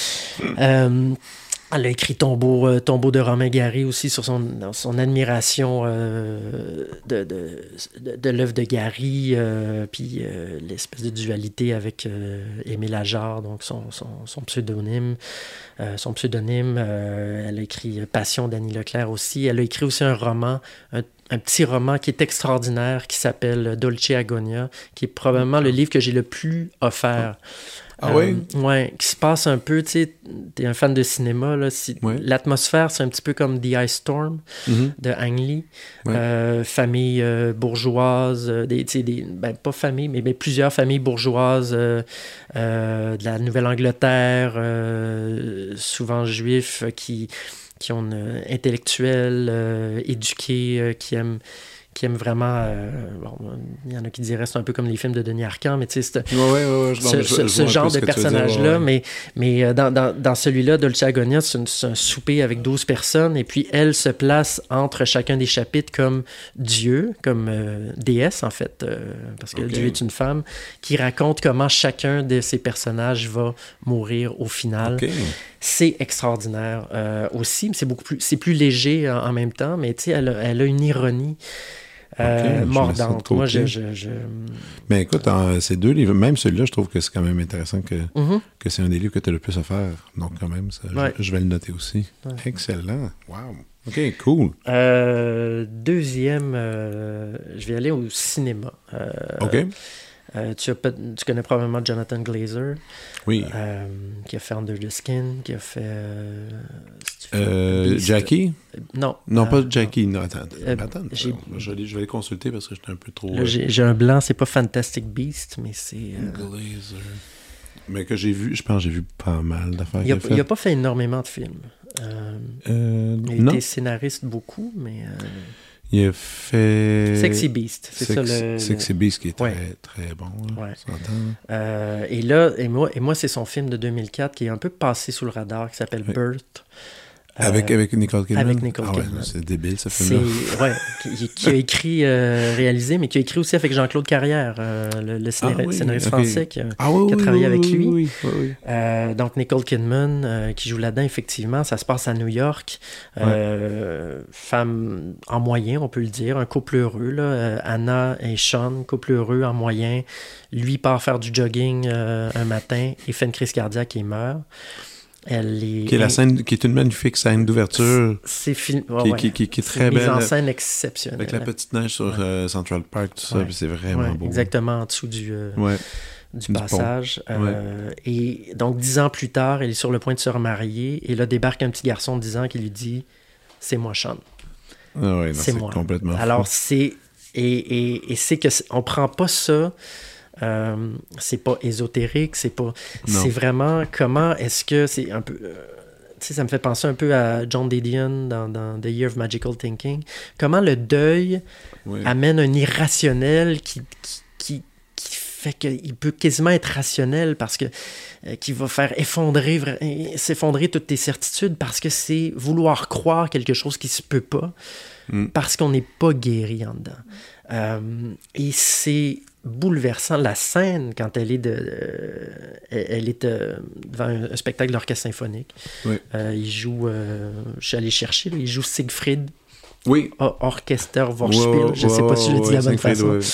Euh, Elle a écrit Tombeau, euh, Tombeau de Romain Gary aussi sur son, son admiration euh, de, de, de, de l'œuvre de Gary, euh, puis euh, l'espèce de dualité avec euh, Émile Ajar, donc son, son, son pseudonyme. Euh, son pseudonyme euh, elle a écrit Passion d'Annie Leclerc aussi. Elle a écrit aussi un roman, un, un petit roman qui est extraordinaire, qui s'appelle Dolce Agonia, qui est probablement le livre que j'ai le plus offert. Ah oui? Euh, ouais, qui se passe un peu, tu sais, t'es un fan de cinéma, là, si, ouais. L'atmosphère, c'est un petit peu comme The Ice Storm mm-hmm. de Ang Lee. Ouais. Euh, famille euh, bourgeoise, des, tu sais, des, ben, pas famille, mais, mais plusieurs familles bourgeoises euh, euh, de la Nouvelle-Angleterre, euh, souvent juifs, qui, qui ont une intellectuelle, euh, éduquée, euh, qui aiment qui aiment vraiment... Euh, bon, il y en a qui diraient c'est un peu comme les films de Denis Arcand, mais tu sais, c'est ouais, ouais, ouais, ce, ce, ce genre de personnage-là. Ouais. Mais, mais dans, dans, dans celui-là, Dolce Agonia, c'est, une, c'est un souper avec douze personnes, et puis elle se place entre chacun des chapitres comme Dieu, comme euh, déesse, en fait, euh, parce que okay. Dieu est une femme, qui raconte comment chacun de ces personnages va mourir au final. Okay. C'est extraordinaire euh, aussi, c'est beaucoup plus, c'est plus léger en, en même temps, mais tu sais, elle, elle a une ironie euh, okay, mordante. Moi, je, je, je... Mais écoute, en, ces deux livres, même celui-là, je trouve que c'est quand même intéressant que, mm-hmm. que c'est un des livres que tu as le plus à faire. Donc, quand même, ça, ouais. je, je vais le noter aussi. Ouais. Excellent. Wow. OK, cool. Euh, deuxième, euh, je vais aller au cinéma. Euh, OK. Euh, tu, as, tu connais probablement Jonathan Glazer. Oui. Euh, qui a fait Under the Skin, qui a fait... Euh, euh, Jackie? Euh, non. Non, euh, pas Jackie. Non, attends. Euh, attends je, je, vais, je vais les consulter parce que j'étais un peu trop... Là, j'ai, j'ai un blanc, c'est pas Fantastic Beast, mais c'est... Euh... Glazer. Mais que j'ai vu, je pense que j'ai vu pas mal d'affaires il qu'il a n'a pas fait énormément de films. Euh, euh, il non. était scénariste beaucoup, mais... Euh... Il a fait... Sexy Beast, c'est Sex, ça le... Sexy Beast qui est ouais. très, très bon. Là, ouais. euh, et là, et moi, et moi, c'est son film de deux mille quatre qui est un peu passé sous le radar, qui s'appelle ouais. Birth. Avec, euh, avec Nicole Kidman? Avec Nicole ah ouais, Kidman. C'est débile, ce film-là. C'est, ouais, qui, qui a écrit, euh, réalisé, mais qui a écrit aussi avec Jean-Claude Carrière, euh, le, le scénar- ah oui, scénariste okay. français qui a, ah oui, qui a oui, travaillé oui, avec lui. Oui, oui, oui. Euh, donc, Nicole Kidman, euh, qui joue là-dedans, effectivement, ça se passe à New York. Euh, ouais. Femme en moyen, on peut le dire, un couple heureux. Là, euh, Anna et Sean, couple heureux en moyen. Lui part faire du jogging euh, un matin et fait une crise cardiaque et meurt. Elle est, qui est la scène, qui est une magnifique scène d'ouverture. C'est film, ouais, qui, ouais. qui, qui, qui est c'est très une belle. Mise en scène exceptionnelle. Avec la petite neige sur ouais. euh, Central Park, tout ça, ouais. puis c'est vraiment ouais, beau. Exactement en dessous du, euh, ouais. du, du passage. Euh, ouais. Et donc, dix ans plus tard, elle est sur le point de se remarier, et là débarque un petit garçon de dix ans qui lui dit « C'est moi, Sean. Ah ouais, non, c'est, c'est moi. » complètement Alors, fou. c'est... Et, et, et c'est que c'est, on prend pas ça... Euh, c'est pas ésotérique, c'est pas... Non. C'est vraiment comment est-ce que c'est un peu... Euh, tu sais, ça me fait penser un peu à John Didion dans, dans The Year of Magical Thinking. Comment le deuil oui. amène un irrationnel qui, qui, qui, qui fait qu'il peut quasiment être rationnel parce que euh, qui va faire effondrer, s'effondrer toutes tes certitudes parce que c'est vouloir croire quelque chose qui se peut pas mm. parce qu'on n'est pas guéri en dedans. Euh, et c'est bouleversant. La scène, quand elle est, de, euh, elle est euh, devant un, un spectacle d'orchestre symphonique, oui. euh, il joue, euh, je suis allé chercher, là, il joue Siegfried, oui. Orchester Vorspiel, wow, je ne sais wow, pas si je le dis de la bonne façon. Ouais.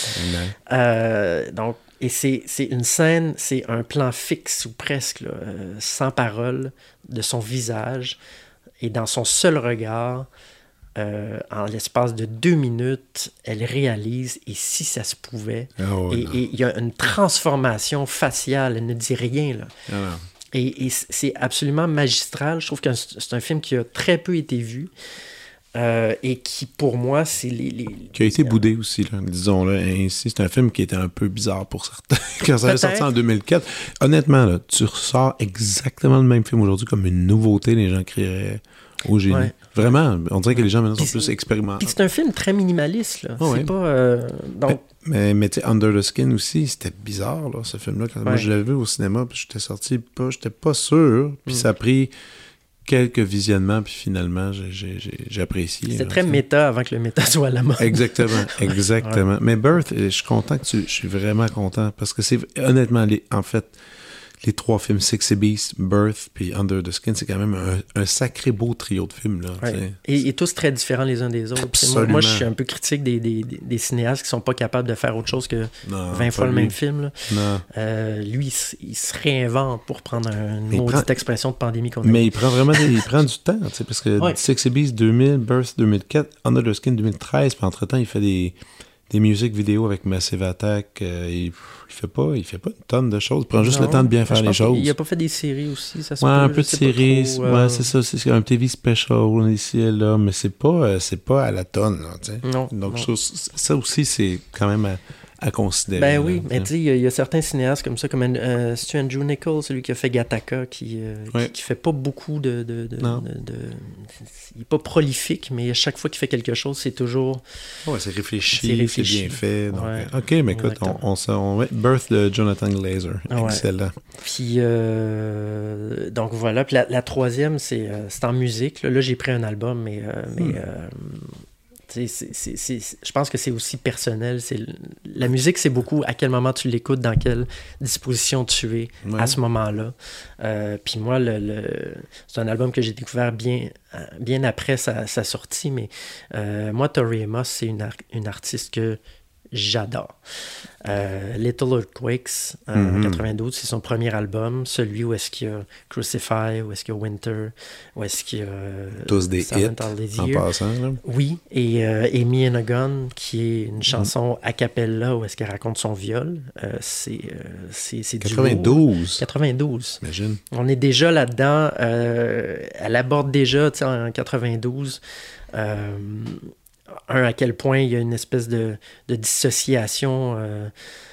Euh, donc, et c'est, c'est une scène, c'est un plan fixe ou presque, là, euh, sans parole, de son visage, et dans son seul regard, Euh, en l'espace de deux minutes, elle réalise, et si ça se pouvait, oh, et il y a une transformation faciale, elle ne dit rien, là. Oh, et, et c'est absolument magistral. Je trouve que c'est un film qui a très peu été vu, euh, et qui, pour moi, c'est les... les qui a été boudé aussi, là, disons-le ainsi. C'est un film qui était un peu bizarre pour certains. Quand ça est sorti en deux mille quatre, honnêtement, là, tu ressors exactement le même film aujourd'hui comme une nouveauté, les gens crieraient au génie. Ouais. Vraiment, on dirait que les gens maintenant sont plus expérimentaux. Puis c'est un film très minimaliste, là. Oh, c'est ouais. pas... Euh, donc... Mais, mais, mais tu sais, Under the Skin aussi, c'était bizarre, là, ce film-là. Quand ouais. moi, je l'avais vu au cinéma, puis j'étais sorti, pas, j'étais pas sûr. Puis mm. ça a pris quelques visionnements, puis finalement, j'ai, j'ai, j'ai, j'ai apprécié. C'est très méta avant que le méta soit à la mode. Exactement, exactement. Ouais. Mais Birth, je suis content que tu... Je suis vraiment content, parce que c'est, honnêtement, les, en fait... Les trois films, Sexy Beast, Birth, puis Under the Skin, c'est quand même un, un sacré beau trio de films. Là, ouais. et, et tous très différents les uns des autres. Moi, moi, je suis un peu critique des, des, des cinéastes qui sont pas capables de faire autre chose que non, vingt fois le lui. Même film. Là. Non. Euh, lui, il, il se réinvente pour prendre une mais maudite prend... expression de pandémie qu'on a. Mais il prend vraiment des, il prend du temps, parce que ouais. Sexy Beast deux mille, Birth deux mille quatre, Under the Skin deux mille treize, puis entre-temps, il fait des... des musiques vidéo avec Massive Attack. Euh, il, il fait pas il fait pas une tonne de choses. Il prend juste non, le temps de bien faire les choses. Il a pas fait des séries aussi, ça se ouais, peut, un peu de séries. Trop, euh... Ouais, c'est ça. C'est un T V special ici et là, mais c'est pas, c'est pas à la tonne. Là, non, donc, non. Je trouve, ça aussi, c'est quand même à, à considérer. Ben oui, là, mais tu sais, il y, y a certains cinéastes comme ça, comme euh, c'est Andrew Nichols, celui qui a fait Gattaca, qui, euh, ouais. qui, qui fait pas beaucoup de... de, de, de, de il est pas prolifique, mais à chaque fois qu'il fait quelque chose, c'est toujours... Ouais, c'est réfléchi, c'est, réfléchi. C'est bien fait. Donc, ouais. OK, mais écoute, on, on, on, on met Birth de Jonathan Glazer. Ouais. Excellent. Puis, euh, donc voilà. Puis la, la troisième, c'est, euh, c'est en musique. Là, là, j'ai pris un album, mais... Euh, mais hmm. euh, C'est, c'est, c'est, c'est, je pense que c'est aussi personnel. C'est, la musique, c'est beaucoup à quel moment tu l'écoutes, dans quelle disposition tu es ouais. à ce moment-là. Euh, puis moi, le, le, c'est un album que j'ai découvert bien, bien après sa, sa sortie, mais euh, moi, Tori Amos, c'est une, ar- une artiste que j'adore. Euh, Little Earthquakes, euh, mm-hmm. en quatre-vingt-douze, c'est son premier album, celui où est-ce qu'il y a Crucify, où est-ce qu'il y a Winter, où est-ce qu'il y a... Euh, tous des hits, en passant. Là. Oui, et, euh, et Me and a Gun, qui est une chanson mm. a cappella, où est-ce qu'elle raconte son viol. Euh, c'est, euh, c'est, c'est quatre-vingt-douze. quatre-vingt-douze. Imagine. On est déjà là-dedans. Euh, elle aborde déjà, tu sais, en quatre-vingt-douze... Euh, un, à quel point il y a une espèce de, de dissociation euh,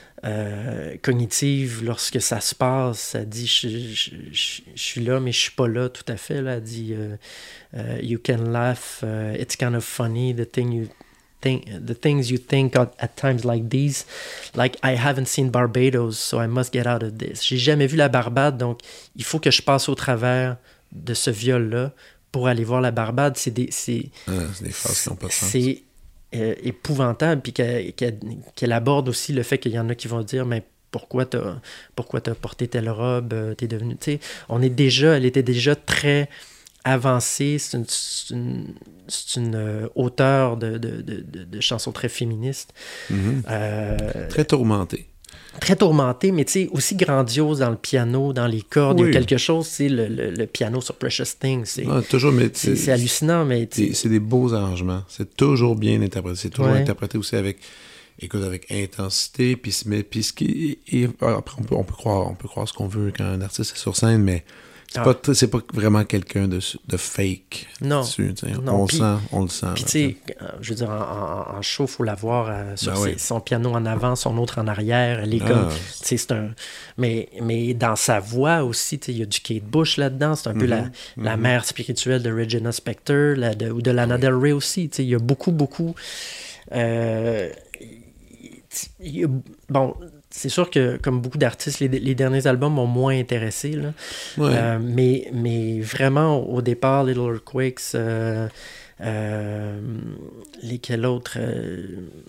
euh, cognitive lorsque ça se passe. Elle dit, je, je, je, je suis là, mais je suis pas là tout à fait. Là. Elle dit, euh, uh, you can laugh, uh, it's kind of funny, the thing you think, the things you think at, at times like these, like I haven't seen Barbados, so I must get out of this. J'ai jamais vu la Barbade, donc il faut que je passe au travers de ce viol-là pour aller voir la Barbade. C'est des, c'est, ah, c'est des phrases qui n'ont pas de sens. C'est euh, épouvantable, puis qu'elle, qu'elle, qu'elle aborde aussi le fait qu'il y en a qui vont dire, mais pourquoi t'as, pourquoi t'as porté telle robe, t'es devenu... Tu sais, on est déjà, elle était déjà très avancée, c'est une, c'est une, c'est une euh, auteure de, de, de, de, de chansons très féministes. Mm-hmm. Euh, très tourmentée. Très tourmenté, mais tu sais, aussi grandiose dans le piano, dans les cordes. Oui. Il y a quelque chose, c'est le, le, le piano sur Precious Things. C'est, ah, toujours, mais c'est, c'est hallucinant, mais... C'est, c'est des beaux arrangements. C'est toujours bien interprété. C'est toujours ouais. interprété aussi avec, écoute, avec intensité. Puis, mais, puis ce qui, et, après, on peut, on, peut croire, on peut croire ce qu'on veut quand un artiste est sur scène, mais... C'est, ah. pas, c'est pas vraiment quelqu'un de, de fake. Non. Dessus, non. On pis, le sent, on le sent. Puis tu sais, je veux dire, en, en, en show, il faut l'avoir euh, sur ben ses, oui. son piano en avant, son autre en arrière. Elle est ah. comme, c'est un... mais, mais dans sa voix aussi, il y a du Kate Bush là-dedans. C'est un mm-hmm. peu la, mm-hmm. la mère spirituelle de Regina Spektor la, de, ou de Lana oui. Del Rey aussi. Il y a beaucoup, beaucoup... Euh, y a, bon... C'est sûr que, comme beaucoup d'artistes, les, les derniers albums m'ont moins intéressé. Là. Ouais. Euh, mais, mais vraiment, au départ, Little Earthquakes, euh, euh, lesquels autres euh,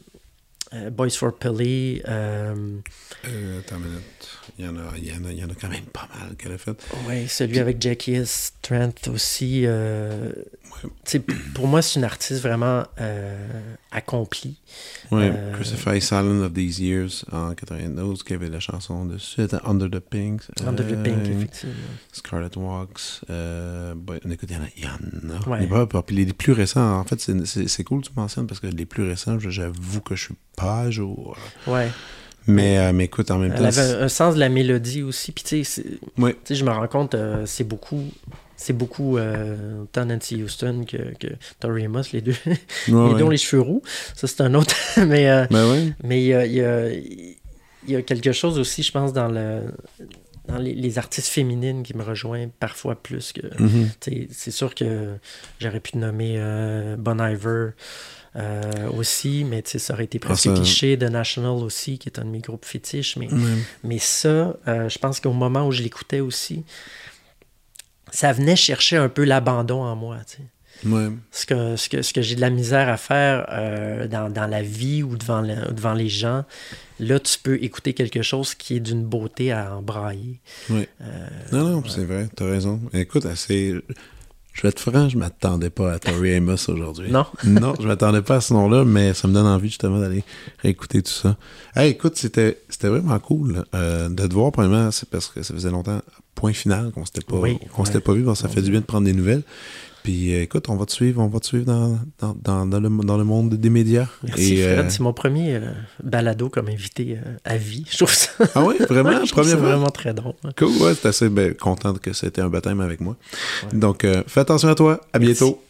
euh, Boys for Pele. Euh, euh, attends une minute. Il y, en a, il, y en a, il y en a quand même pas mal qu'elle a fait. Oui, celui Puis... avec Jackie S. Trent aussi. Euh, ouais. Pour moi, c'est une artiste vraiment euh, accomplie. Oui, euh, Crucify Silent of These Years en quatre-vingt-douze, qui avait la chanson dessus. Under the Pink. Under euh, the Pink, effectivement. Scarlet Walks. Euh, ben, écoute, il y en a. Il y en a. Ouais. Les, puis les plus récents, en fait, c'est, c'est, c'est cool que tu mentionnes parce que les plus récents, j'avoue que je suis pas à jour. Ouais. Mais, euh, mais écoute, en même temps... Elle avait un, un sens de la mélodie aussi. Puis tu sais, oui. je me rends compte, euh, c'est beaucoup... C'est beaucoup euh, autant Nancy Houston que, que Tori Amos, les deux. Ouais, les ouais. deux ont les cheveux roux. Ça, c'est un autre... mais euh, ben ouais. mais il y a, y, a, y a quelque chose aussi, je pense, dans le... dans les, les artistes féminines qui me rejoignent parfois plus que... Mm-hmm. C'est sûr que j'aurais pu nommer euh, Bon Iver euh, aussi, mais ça aurait été presque ah, ça... cliché. The National aussi, qui est un de mes groupes fétiches. Mais, mm-hmm. mais ça, euh, je pense qu'au moment où je l'écoutais aussi, ça venait chercher un peu l'abandon en moi, tu sais. Ouais. Ce que, ce que, ce que j'ai de la misère à faire euh, dans, dans la vie ou devant, le, devant les gens, là, tu peux écouter quelque chose qui est d'une beauté à embrailler. Oui. Euh, non, non, ouais. c'est vrai, t'as raison. Écoute, c'est... je vais être franc, je m'attendais pas à Tori Amos aujourd'hui. Non? Non, je m'attendais pas à ce nom-là, mais ça me donne envie justement d'aller réécouter tout ça. Hey, écoute, c'était, c'était vraiment cool euh, de te voir, premièrement, c'est parce que ça faisait longtemps, point final, qu'on s'était pas, oui, qu'on ouais. s'était pas vu, bon, ça fait du bien de prendre des nouvelles. Puis euh, écoute, on va te suivre, on va te suivre dans, dans, dans, dans, le, dans le monde des médias. Merci Et, Fred, euh... c'est mon premier euh, balado comme invité euh, à vie. Je trouve ça. Ah oui, vraiment? Je trouve c'est vraiment très drôle. Hein. Cool, ouais, c'est assez ben, content que c'était un baptême avec moi. Ouais. Donc, euh, fais attention à toi, à Merci. bientôt.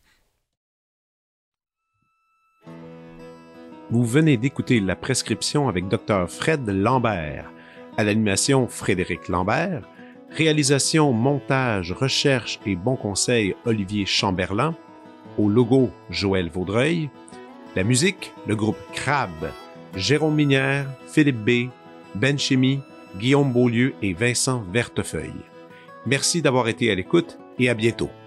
Vous venez d'écouter La Prescription avec docteur Fred Lambert. À l'animation, Frédéric Lambert. Réalisation, montage, recherche et bons conseils, Olivier Chamberlain. Au logo, Joël Vaudreuil. La musique, le groupe Crabe. Jérôme Minière, Philippe B., Ben Chimie, Guillaume Beaulieu et Vincent Vertefeuille. Merci d'avoir été à l'écoute et à bientôt.